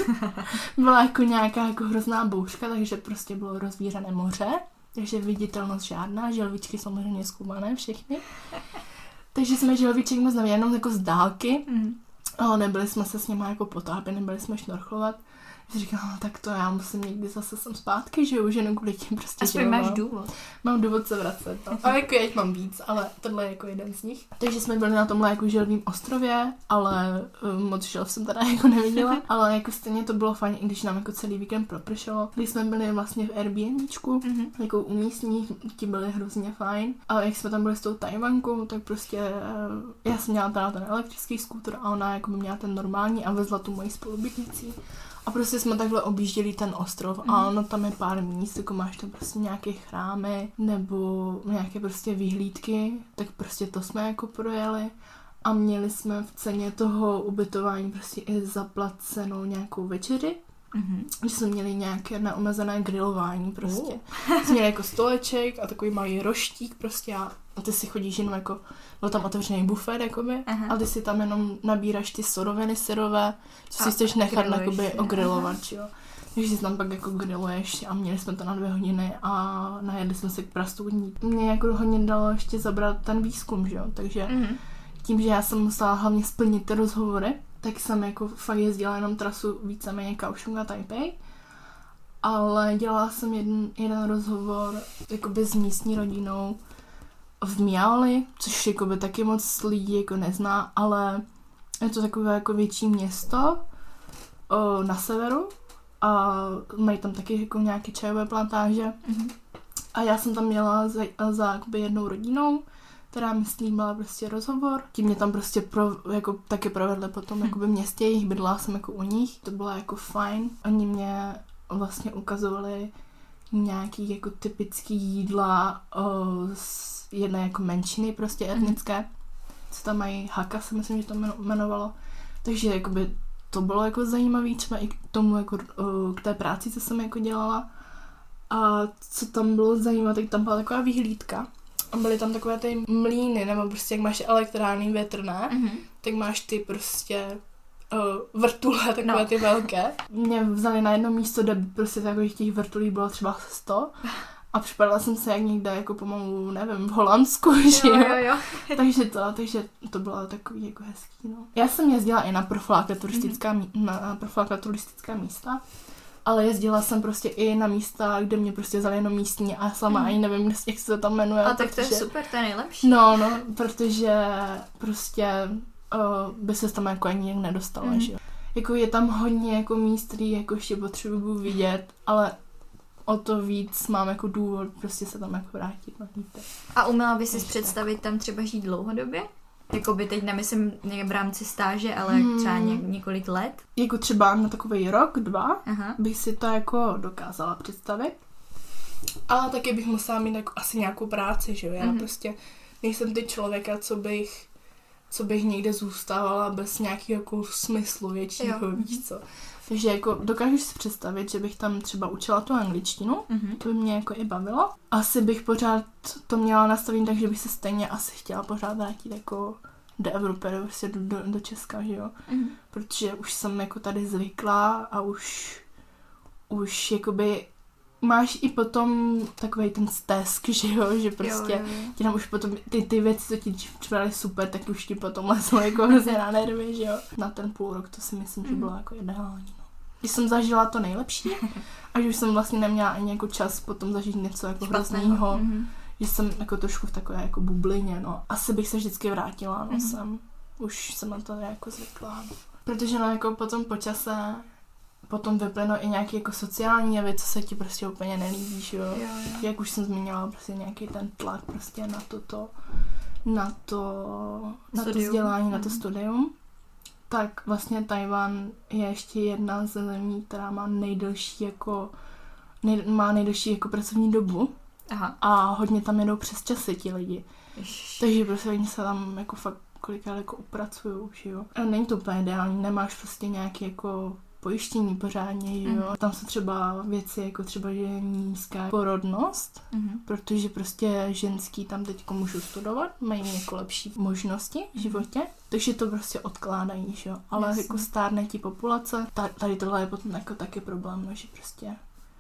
Byla jako nějaká jako hrozná bouřka, takže prostě bylo rozvířené moře, takže viditelnost žádná, želvičky samozřejmě zkoumané všechny. Takže jsme želviček moc nevěděli, jenom jako z dálky, mm. ale nebyli jsme se s nima jako potápět, nebyli jsme šnorchlovat. Že říkám, no, tak to já musím někdy zase sem zpátky, že už jenom kvůli těm prostě aspoň želvám. Máš důvod. Mám důvod se vracet, no. A jako já mám víc, ale tohle je jako jeden z nich. Takže jsme byli na tomhle jako želvím ostrově, ale um, moc želv jsem teda jako neviděla, ale jako stejně to bylo fajn, i když nám jako celý víkend propršelo. Když jsme byli vlastně v Airbnbčku, mm-hmm. jako u místních, ti byli hrozně fajn. A jak jsme tam byli s tou Tajvankou, tak prostě já jsem měla teda ten elektrický skútr a ona jako by měla ten normální a vezla tu moji spolubydlící. A prostě jsme takhle objížděli ten ostrov mm. a ono tam je pár míst, jako máš tam prostě nějaké chrámy nebo nějaké prostě vyhlídky, tak prostě to jsme jako projeli a měli jsme v ceně toho ubytování prostě i zaplacenou nějakou večeři. Mm-hmm. Že jsme měli nějaké neomezené grilování prostě. Uh. Jsme měli jako stoleček a takový malý roštík prostě a ty si chodíš jenom jako, byl tam otevřený bufet jakoby, aha. a ty si tam jenom nabíráš ty suroviny syrové, co si chceš nechat jakoby ogrilovat, jo. Takže si tam pak jako grilluješ a měli jsme to na dvě hodiny a najedli jsme se k prastůdní. Mě jako hodně dalo ještě zabrat ten výzkum, že jo, takže mm-hmm. tím, že já jsem musela hlavně splnit ty rozhovory, tak jsem jako fakt jezdila jenom trasu víceméně Kaohsiung a Taipei, ale dělala jsem jeden, jeden rozhovor jakoby s místní rodinou v Miaoli, což jakoby taky moc lidí jako nezná, ale je to takové jako větší město o, na severu a mají tam taky jako nějaké čajové plantáže. Mm-hmm. A já jsem tam měla za, za jakoby jednou rodinou, která mi slíbila prostě rozhovor. Tím mě tam prostě pro, jako, taky provedli potom jakoby v městě, jich bydlela jsem jako u nich. To bylo jako fajn. Oni mě vlastně ukazovali nějaký jako typický jídla o, z jedné jako menšiny prostě etnické. Co tam mají, Haka se myslím, že to jmenovalo. Takže jakoby to bylo jako zajímavé, třeba i k tomu jako o, k té práci, co jsem jako dělala. A co tam bylo zajímavé, tak tam byla taková vyhlídka. A byly tam takové ty mlýny, nebo prostě jak máš elektrárny větrné, mm-hmm. tak máš ty prostě uh, vrtule, takové no. ty velké. Mě vzali na jedno místo, kde prostě takových těch vrtulí bylo třeba sto. A připadala jsem se jak někde jako pomalu, nevím, v Holandsku, že jo? jo, jo. takže, to, takže to bylo takový jako hezký, no. Já jsem jezdila i na profláka turistická, mm-hmm. na profláka turistická místa. Ale jezdila jsem prostě i na místa, kde mě prostě vzali jenom místní a sama mm. ani nevím, jak se to tam jmenuje. A tak to je super, to je nejlepší. No, no, protože prostě uh, by se tam jako ani nějak nedostala, mm. že jo. Jako je tam hodně jako míst, který jako ještě potřebuji vidět, ale o to víc mám jako důvod prostě se tam jako vrátit. No, a uměla by si představit tam třeba žít dlouhodobě? Jakoby teď nemyslím v rámci stáže, ale hmm. třeba ně, několik let. Jako třeba na takový rok, dva, Aha. bych si to jako dokázala představit. Ale taky bych musela mít jako asi nějakou práci, že jo. Já mm-hmm. prostě nejsem ty člověka, co bych, co bych někde zůstávala bez nějakého jako smyslu většího, víš co. Takže jako dokážu si představit, že bych tam třeba učila tu angličtinu, mm-hmm. to by mě jako i bavilo. Asi bych pořád to měla nastavit, takže bych se stejně asi chtěla pořád vrátit jako do Evropy, prostě do, do, do Česka, že jo. Mm-hmm. Protože už jsem jako tady zvyklá a už, už jakoby máš i potom takovej ten stesk, že jo, že prostě jo, jo, jo. ti tam už potom ty, ty věci, co ti připadaly super, tak už ti potom lesou jako hrozně na nervy, že jo. Na ten půl rok to si myslím, mm. že bylo jako ideální. No. Když jsem zažila to nejlepší, až už jsem vlastně neměla ani jako čas potom zažít něco jako hroznýho, mm-hmm. že jsem jako trošku v takové jako bublině, no. Asi bych se vždycky vrátila, no mm-hmm. jsem, už jsem na to jako zvyklá, no. Protože no jako potom po čase potom vyplynou i nějaký jako sociální jevy, co se ti prostě úplně nelíbí, jo? Jo, jo. Jak už jsem zmínila, prostě nějaký ten tlak prostě na toto, na to, na to vzdělání, mm. na to studium. Tak vlastně Tajvan je ještě jedna ze zemí, která má nejdelší jako, nej, má nejdelší jako pracovní dobu. Aha. A hodně tam jedou přes časy ti lidi. Jež. Takže prostě oni se tam jako fakt kolikrát jako upracujou, že jo. A není to úplně ideální, nemáš prostě nějaký jako pojištění pořádně, jo. Mm. Tam jsou třeba věci, jako třeba, že je nízká porodnost, mm. protože prostě ženský tam teďko můžou studovat, mají jako lepší možnosti v životě, takže to prostě odkládají, jo. Ale Jasně. jako stárne ti populace, tady tohle je potom jako taky problém, no, že prostě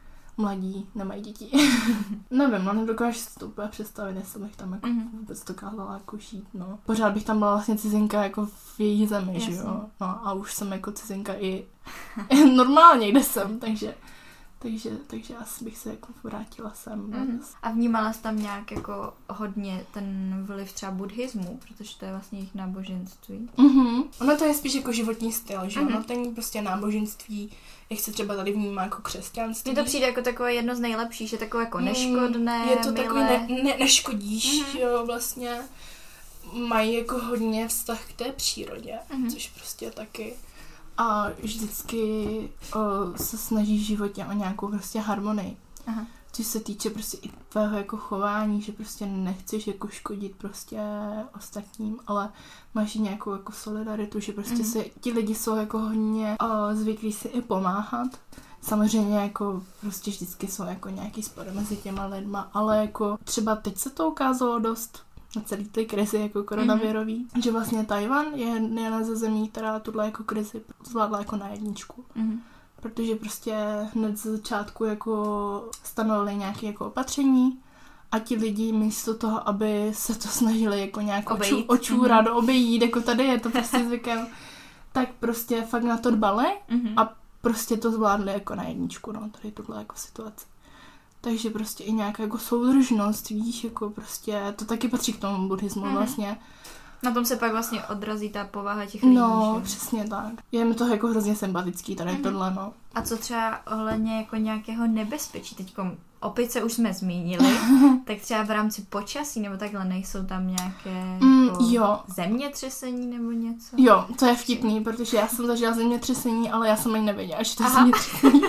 mladí nemají děti. Nevím, no nedokážu si to úplně představit, jestli bych tam jako mm-hmm. vůbec dokázala jako žít, no. Pořád bych tam byla vlastně cizinka jako v její zemi, Jasně. že jo. No a už jsem jako cizinka i normálně, kde jsem, takže, takže, takže asi bych se jako vrátila sem. Mm-hmm. A vnímala jsi tam nějak jako hodně ten vliv třeba buddhismu, protože to je vlastně jejich náboženství? Mm-hmm. Ono to je spíš jako životní styl, že mm-hmm. ono to není prostě náboženství, jak se třeba tady vnímá jako křesťanství. Mně to přijde jako takové jedno z nejlepších, že takové jako neškodné, Je to milé. takový ne, ne, neškodíš, mm-hmm. jo, vlastně mají jako hodně vztah k té přírodě, mm-hmm. což prostě taky a vždycky o, se snaží v životě o nějakou prostě harmonii. Aha. Což se týče prostě i tvého jako chování, že prostě nechceš jako škodit prostě ostatním, ale máš i nějakou jako solidaritu, že prostě mm-hmm. se, ti lidi jsou jako hodně o, zvyklí si i pomáhat. Samozřejmě jako prostě vždycky jsou jako nějaký spor mezi těma lidma, ale jako třeba teď se to ukázalo dost na celý ty krizi jako koronavirový, mm-hmm. že vlastně Tajvan je jedna ze zemí, která tuhle jako krizi zvládla jako na jedničku. Mm-hmm. Protože prostě hned z začátku jako stanovili nějaké jako opatření a ti lidi místo toho, aby se to snažili jako nějak očů, očůrat, mm-hmm. obejít, jako tady je to prostě zvykem, tak prostě fakt na to dbali mm-hmm. a prostě to zvládli jako na jedničku, no, tady tuhle jako situace. Takže prostě i nějaká jako soudržnost, víš, jako prostě, to taky patří k tomu buddhismu mm-hmm. vlastně. Na tom se pak vlastně odrazí ta povaha těch lidí. No, že? přesně tak. Je mi to jako hrozně sympatický, tady mm-hmm. tohle, no. A co třeba ohledně jako nějakého nebezpečí? Teďko opice už jsme zmínili, tak třeba v rámci počasí nebo takhle nejsou tam nějaké mm, jako jo. zemětřesení nebo něco? Jo, to je vtipný, protože já jsem zažila zemětřesení, ale já jsem ani nevěděla, že to je zemětřesení.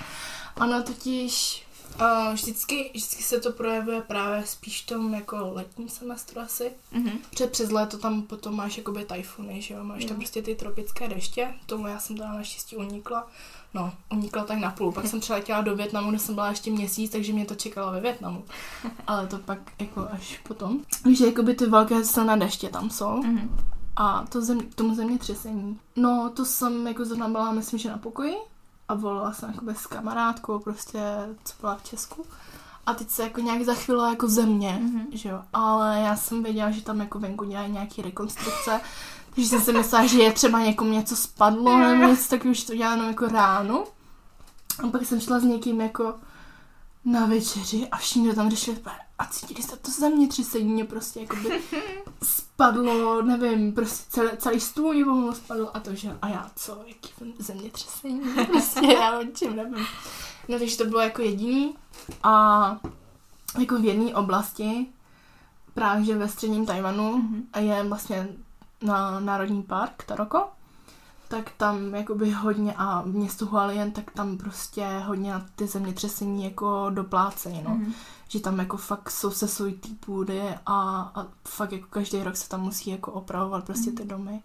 Ono totiž uh, vždycky, vždycky se to projevuje právě spíš v tom jako letním semestru asi. Mm-hmm. Protože přes léto tam potom máš jakoby tajfuny, že jo, máš jo. tam prostě ty tropické deště, tomu já jsem teda naštěstí unikla. No, unikla tak napůl, pak jsem přiletěla do Vietnamu, kde jsem byla ještě měsíc, takže mě to čekalo ve Vietnamu. Ale to pak jako až potom. Takže jakoby ty velké silné deště tam jsou. Mm-hmm. A to zem, tomu zemětřesení. No, to jsem jako zrovna byla, myslím, že na pokoji. A volala jsem jakoby s kamarádkou, prostě, co byla v Česku. A teď se jako nějak zachyla jako země, mm-hmm. že jo. Ale já jsem věděla, že tam jako venku dělají nějaký rekonstrukce. Takže jsem si myslela, že je třeba někomu něco spadlo, nebo něco takového, že to dělá jenom jako ráno. A pak jsem šla s někým jako na večeři a všichni tam řešili a cítili se to zemětřesení, mě prostě jakoby spadlo, nevím, prostě celý, celý stůl mě pomohlo spadlo a to, že a já co, jaký zemětřesení, prostě já o čem nevím. No takže to bylo jako jediný a jako v jedné oblasti, právě že ve středním Tajvanu mm-hmm. a je vlastně na národní park Taroko, tak tam jakoby hodně a v městu Hualien, tak tam prostě hodně na ty zemětřesení jako doplácejí, no. Mm-hmm. Že tam jako fakt jsou se svůj té půdy a, a fakt jako každý rok se tam musí jako opravovat prostě mm-hmm. ty domy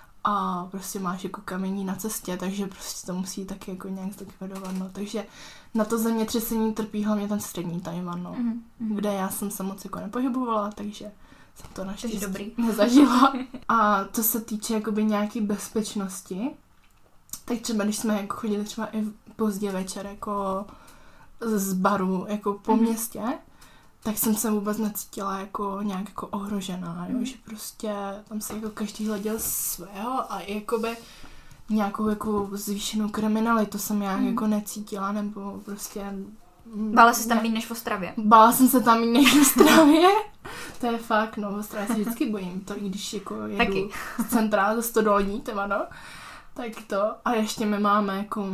a prostě máš jako kamení na cestě, takže prostě to musí taky jako nějak zlikvidovat, no. Takže na to zemětřesení trpí hlavně ten střední Tajvan, no. Mm-hmm. Kde já jsem se moc jako nepohybovala, takže jsem to naštěstí dobrý. nezažila. A co se týče jakoby nějaký bezpečnosti, tak třeba když jsme jako chodili třeba i pozdě večer jako z baru jako po mm-hmm. městě, tak jsem se vůbec necítila jako nějak jako ohrožená, jo? Mm-hmm. Že prostě tam se jako každý hleděl svého a jakoby nějakou jako zvýšenou kriminalitu jsem já mm-hmm. jako necítila, nebo prostě... Bála jsi tam méně než v Ostravě? Bála jsem se tam méně než v Ostravě. To je fakt, no, v Ostravě se vždycky bojím. To i když jako jedu Taky. z centra, ze Stodolní, téma, no. Tak to. A ještě my máme jako,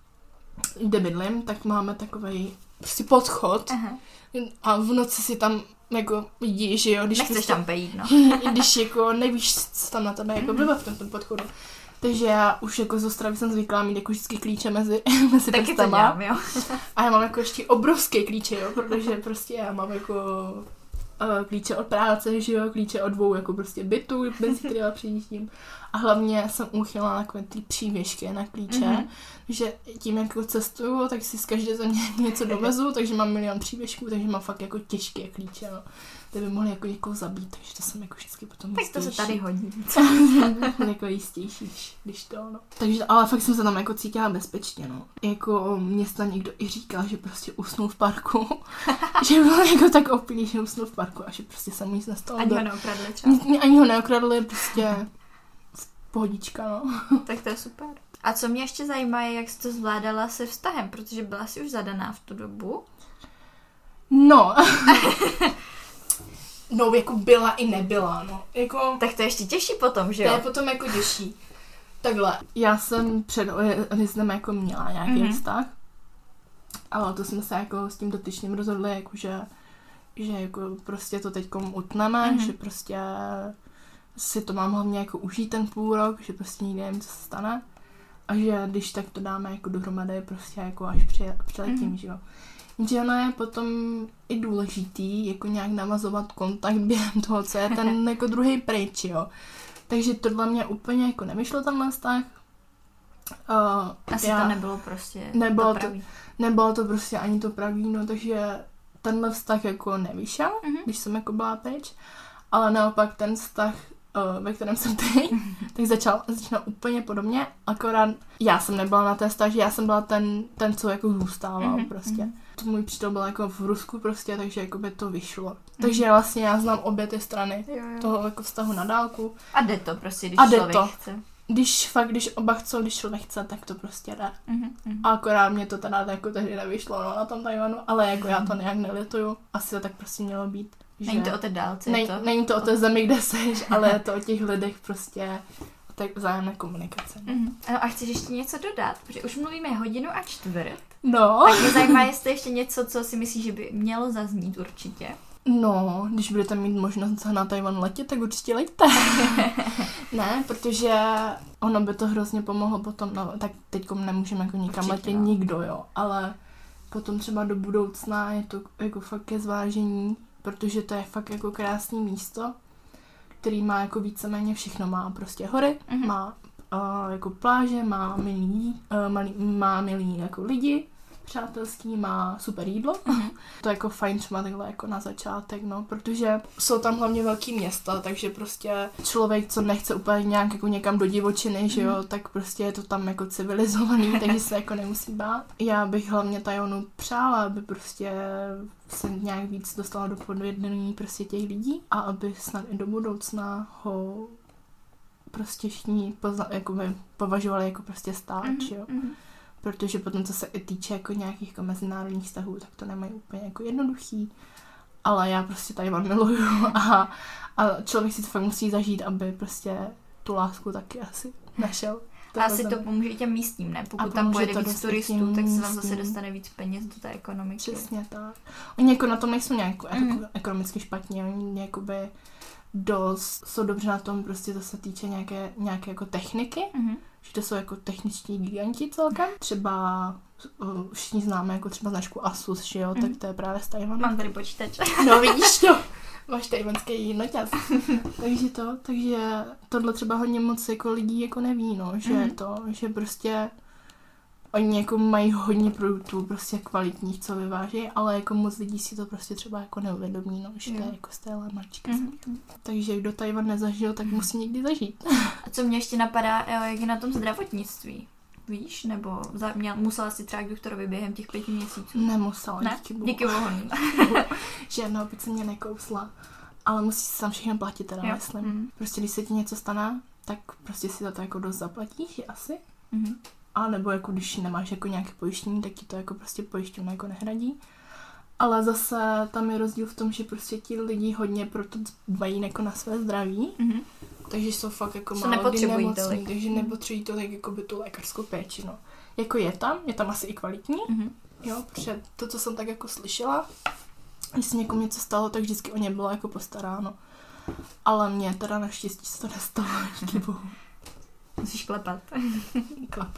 kde bydlím, tak máme takovej prostě podchod. Aha. A v noci si tam jako vidíš, že jo. Když Nechceš prostě, tam pejít, no. Když jako nevíš, co tam na tebe jako bylo v tom, tom podchodu. Takže já už jako z Ostravy jsem zvyklá mít jako vždycky klíče mezi, mezi Taky prstama. to dělám, jo. A já mám jako ještě obrovské klíče, jo, protože prostě já mám jako uh, klíče od práce, že jo, klíče od dvou jako prostě bytů, mezi kterýma přijíždím. A hlavně jsem uchyla na takové ty přívěšky na klíče, mm-hmm. že tím jako cestuju, tak si z každé země něco dovezu, takže mám milion přívěšků, takže mám fakt jako těžké klíče, no. Ty by mohli jako někoho zabít, takže to jsem jako vždycky potom tak jistější. Tak to se tady hodí. jako jistější, když to, no. Takže, ale fakt jsem se tam jako cítila bezpečně, no. Jako města někdo i říkal, že prostě usnul v parku. Že byl jako tak opilý, že usnul v parku a že prostě jsem nic nestalo. Ani ho neokradli třeba. Ani ho neokradli, prostě pohodička, no. Tak to je super. A co mě ještě zajímá je, jak jsi to zvládala se vztahem, protože byla jsi už zadaná v tu dobu. No. No, jako byla i nebyla, no. Jako, tak to je ještě těžší potom, že jo? To je potom jako těžší. Takhle, já jsem před odjezdem jako měla nějaký mm-hmm. vztah, ale to jsme se jako s tím dotyčným rozhodli, jako že, že jako prostě to teďkom utneme, mm-hmm. že prostě si to mám hlavně jako užít ten půl rok, že prostě nikdy nevím, co se stane a že když tak to dáme jako dohromady prostě jako až přiletím, mm-hmm. že jo. Že ono je potom i důležitý jako nějak navazovat kontakt během toho, co je ten jako druhý pryč, jo. Takže tohle mě úplně jako nevyšlo tenhle vztah. Uh, Asi já, to nebylo prostě nebylo to pravý. To, nebylo to prostě ani to pravý, no, takže tenhle vztah jako nevyšel, mm-hmm. když jsem jako byla pryč, ale naopak ten vztah, uh, ve kterém jsem teď, tak začal, začal úplně podobně, akorát já jsem nebyla na té stáži, já jsem byla ten, ten co jako zůstával mm-hmm. prostě. To můj přítel byl jako v Rusku prostě, takže jako by to vyšlo. Mm-hmm. Takže vlastně já znám obě ty strany jo, jo. toho jako vztahu na dálku. A jde to prostě, když a jde člověk to. chce. Když fakt, když oba chcou, když člověk chce, tak to prostě jde. Mm-hmm. A akorát mě to teda jako tehdy nevyšlo no, na tom Tajvanu, ale jako mm-hmm. já to nějak nelituju. Asi to tak prostě mělo být. Že... Není to o té dálce, Nej, to? Není to o té zemi, kde seš, ale je to o těch lidech prostě, o té vzájemné komunikace. Mm-hmm. No a chceš ještě něco dodat? Protože už mluvíme hodinu a čtvrt. No. Tak mě zajímá, jestli ještě něco, co si myslíš, že by mělo zaznít určitě. No, když budete mít možnost na Tajvan letět, tak určitě leďte. Ne, protože ono by to hrozně pomohlo potom, no tak teďko nemůžeme jako nikam určitě, letět no. nikdo, jo, ale potom třeba do budoucna je to jako fakt ke zvážení, protože to je fakt jako krásný místo, který má jako víceméně všechno, má prostě hory, mm-hmm. má uh, jako pláže, má milý, uh, malý, má milý jako lidi, přátelský, má super jídlo. Mm-hmm. To je jako fajn třeba takhle jako na začátek, no, protože jsou tam hlavně velký města, takže prostě člověk, co nechce úplně nějak jako někam do divočiny, mm-hmm. že jo, tak prostě je to tam jako civilizovaný, takže se jako nemusí bát. Já bych hlavně Tajvanu přála, aby prostě se nějak víc dostala do podvědomí prostě těch lidí a aby snad i do budoucna ho prostě všichni pozna, jakoby považovali jako prostě stát, mm-hmm. že jo. Mm-hmm. Protože potom, co se i týče jako nějakých jako mezinárodních vztahů, tak to nemají úplně jako jednoduchý. Ale já prostě Tajvan miluju a, a člověk si to fakt musí zažít, aby prostě tu lásku taky asi našel. A asi to pomůže i těm místním, ne? Pokud tam pojede víc turistů, tak se tam zase dostane víc peněz do té ekonomiky. Přesně tak. Oni jako na tom nejsou nějak mm. jako ekonomicky špatně, oni jakoby dost jsou dobře na tom prostě, co se týče nějaké, nějaké jako techniky, mm-hmm. že to jsou jako techničtí giganti celkem. Třeba uh, všichni známe jako třeba značku Asus, že jo, mm-hmm. tak to je právě z Tajvanu. Mám tady počítač. No vidíš to, máš tajvanský noťaz. takže to, takže tohle třeba hodně moc jako lidí jako neví, no, že mm-hmm. to, že prostě oni jako mají hodně produktů prostě kvalitních, co vyvážejí, ale jako moc lidí si to prostě třeba jako neuvědomí, no, že to je jako z téhle maličké mm-hmm. Takže kdo Tajvan nezažil, tak musí někdy zažít. A co mě ještě napadá, jak je na tom zdravotnictví? Víš? Nebo za, měl, musela si třeba k doktorovi během těch pěti měsíců? Nemusela, ne? díky bohu. Díky bohu. Žádná opice mě nekousla, ale musí se tam všechno platit teda, jo. myslím. Mm. Prostě když se ti něco stane, tak prostě si za to jako dost zaplatíš asi. Mm. A nebo jako když nemáš jako nějaké pojištění, tak ti to jako prostě pojišťovna jako nehradí. Ale zase tam je rozdíl v tom, že prostě ti lidi hodně proto dbají jako na své zdraví. Mm-hmm. Takže jsou fakt jako málo kdy nemocní, takže nepotřebují to tak jako by tu lékařskou péči, no. Jako je tam, je tam asi i kvalitní, mm-hmm. jo, protože to, co jsem tak jako slyšela, když se někomu něco stalo, tak vždycky o ně bylo jako postaráno. Ale mně teda naštěstí se to nestalo, díky bohu. Musíš klepat. Klap.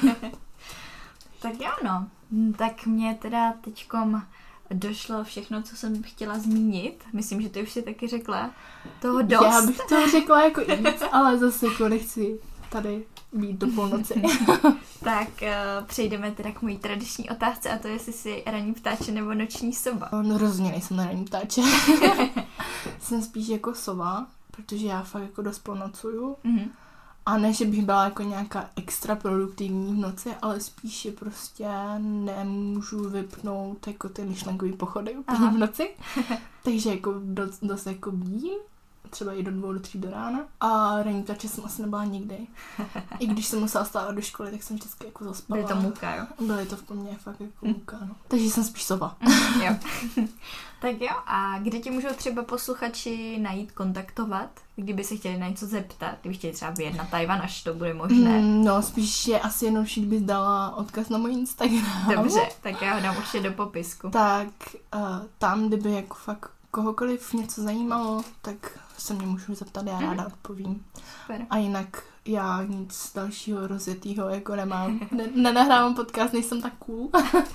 Tak jo, no. Tak mě teda teďkom došlo všechno, co jsem chtěla zmínit. Myslím, že ty už si taky řekla toho dost. Já bych to řekla jako i víc, ale zase jako nechci tady být do půlnoci. Tak uh, přejdeme teda k mojí tradiční otázce a to je, jestli jsi ranní ptáče nebo noční sova. No rozhodně nejsem ranní ptáče. Jsem spíš jako sova, protože já fakt jako dost ponocuju. Mm-hmm. A ne, že bych byla jako nějaká extra produktivní v noci, ale spíš je prostě nemůžu vypnout jako ty myšlenkový pochody úplně v noci. Takže jako dost, dost jako bdím, třeba i do dvou, do tří do rána. A ranní ptáče jsem asi nebyla nikdy. I když jsem musela stávat do školy, tak jsem vždycky jako zaspala. Byly to muka, jo? Byly to v mě fakt jako muka, no. Takže jsem spíš sova. Jo. Tak jo, a kde tě můžou třeba posluchači najít, kontaktovat, kdyby se chtěli na něco zeptat, kdyby chtěli třeba vyjet na Tajvan, až to bude možné? Mm, no, spíš je asi jednodušší, kdybys dala odkaz na můj Instagram. Dobře, tak já ho dám určitě do popisku. Tak uh, tam, kdyby jako fakt kohokoliv něco zajímalo, tak se mě můžu zeptat, já ráda odpovím. Super. A jinak já nic dalšího rozjetýho jako nemám. Ne- nenahrávám podcast, nejsem tak cool.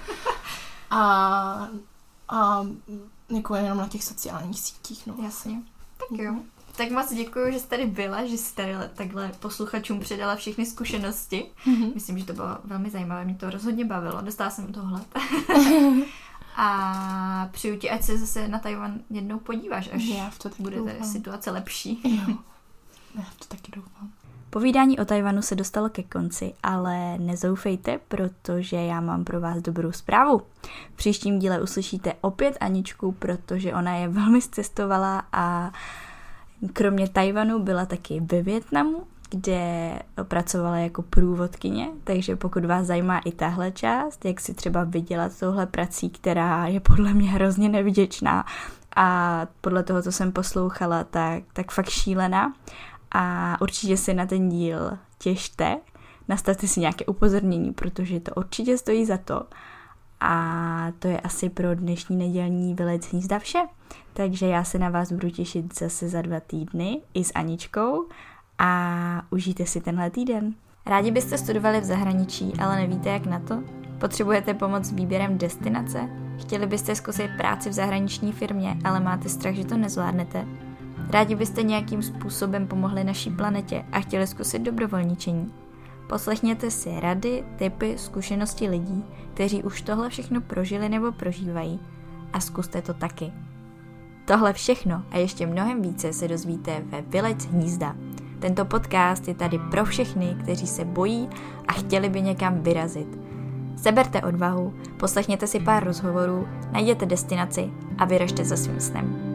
a a jako jenom na těch sociálních sítích. No. Jasně. Tak jo. Tak moc děkuji, že jsi tady byla, že jsi tady takhle posluchačům předala všechny zkušenosti. Mm-hmm. Myslím, že to bylo velmi zajímavé, mě to rozhodně bavilo. Dostala jsem tohle. A přeju ti, ať se zase na Tajvan jednou podíváš, až já v to bude ta situace lepší. Jo. Já v to taky doufám. Povídání o Tajvanu se dostalo ke konci, ale nezoufejte, protože já mám pro vás dobrou zprávu. V příštím díle uslyšíte opět Aničku, protože ona je velmi zcestovala a kromě Tajvanu byla taky ve Vietnamu, kde pracovala jako průvodkyně, takže pokud vás zajímá i tahle část, jak si třeba vydělat touhle prací, která je podle mě hrozně nevděčná a podle toho, co jsem poslouchala, tak, tak fakt šílená a určitě si na ten díl těšte, nastavte si nějaké upozornění, protože to určitě stojí za to. A to je asi pro dnešní nedělní Vylejt z hnízda vše. Takže já se na vás budu těšit zase za dva týdny i s Aničkou a užijte si tenhle týden. Rádi byste studovali v zahraničí, ale nevíte jak na to? Potřebujete pomoc s výběrem destinace? Chtěli byste zkusit práci v zahraniční firmě, ale máte strach, že to nezvládnete? Rádi byste nějakým způsobem pomohli naší planetě a chtěli zkusit dobrovolničení? Poslechněte si rady, tipy, zkušenosti lidí, kteří už tohle všechno prožili nebo prožívají a zkuste to taky. Tohle všechno a ještě mnohem více se dozvíte ve Vylejt z hnízda. Tento podcast je tady pro všechny, kteří se bojí a chtěli by někam vyrazit. Seberte odvahu, poslechněte si pár rozhovorů, najděte destinaci a vyražte za svým snem.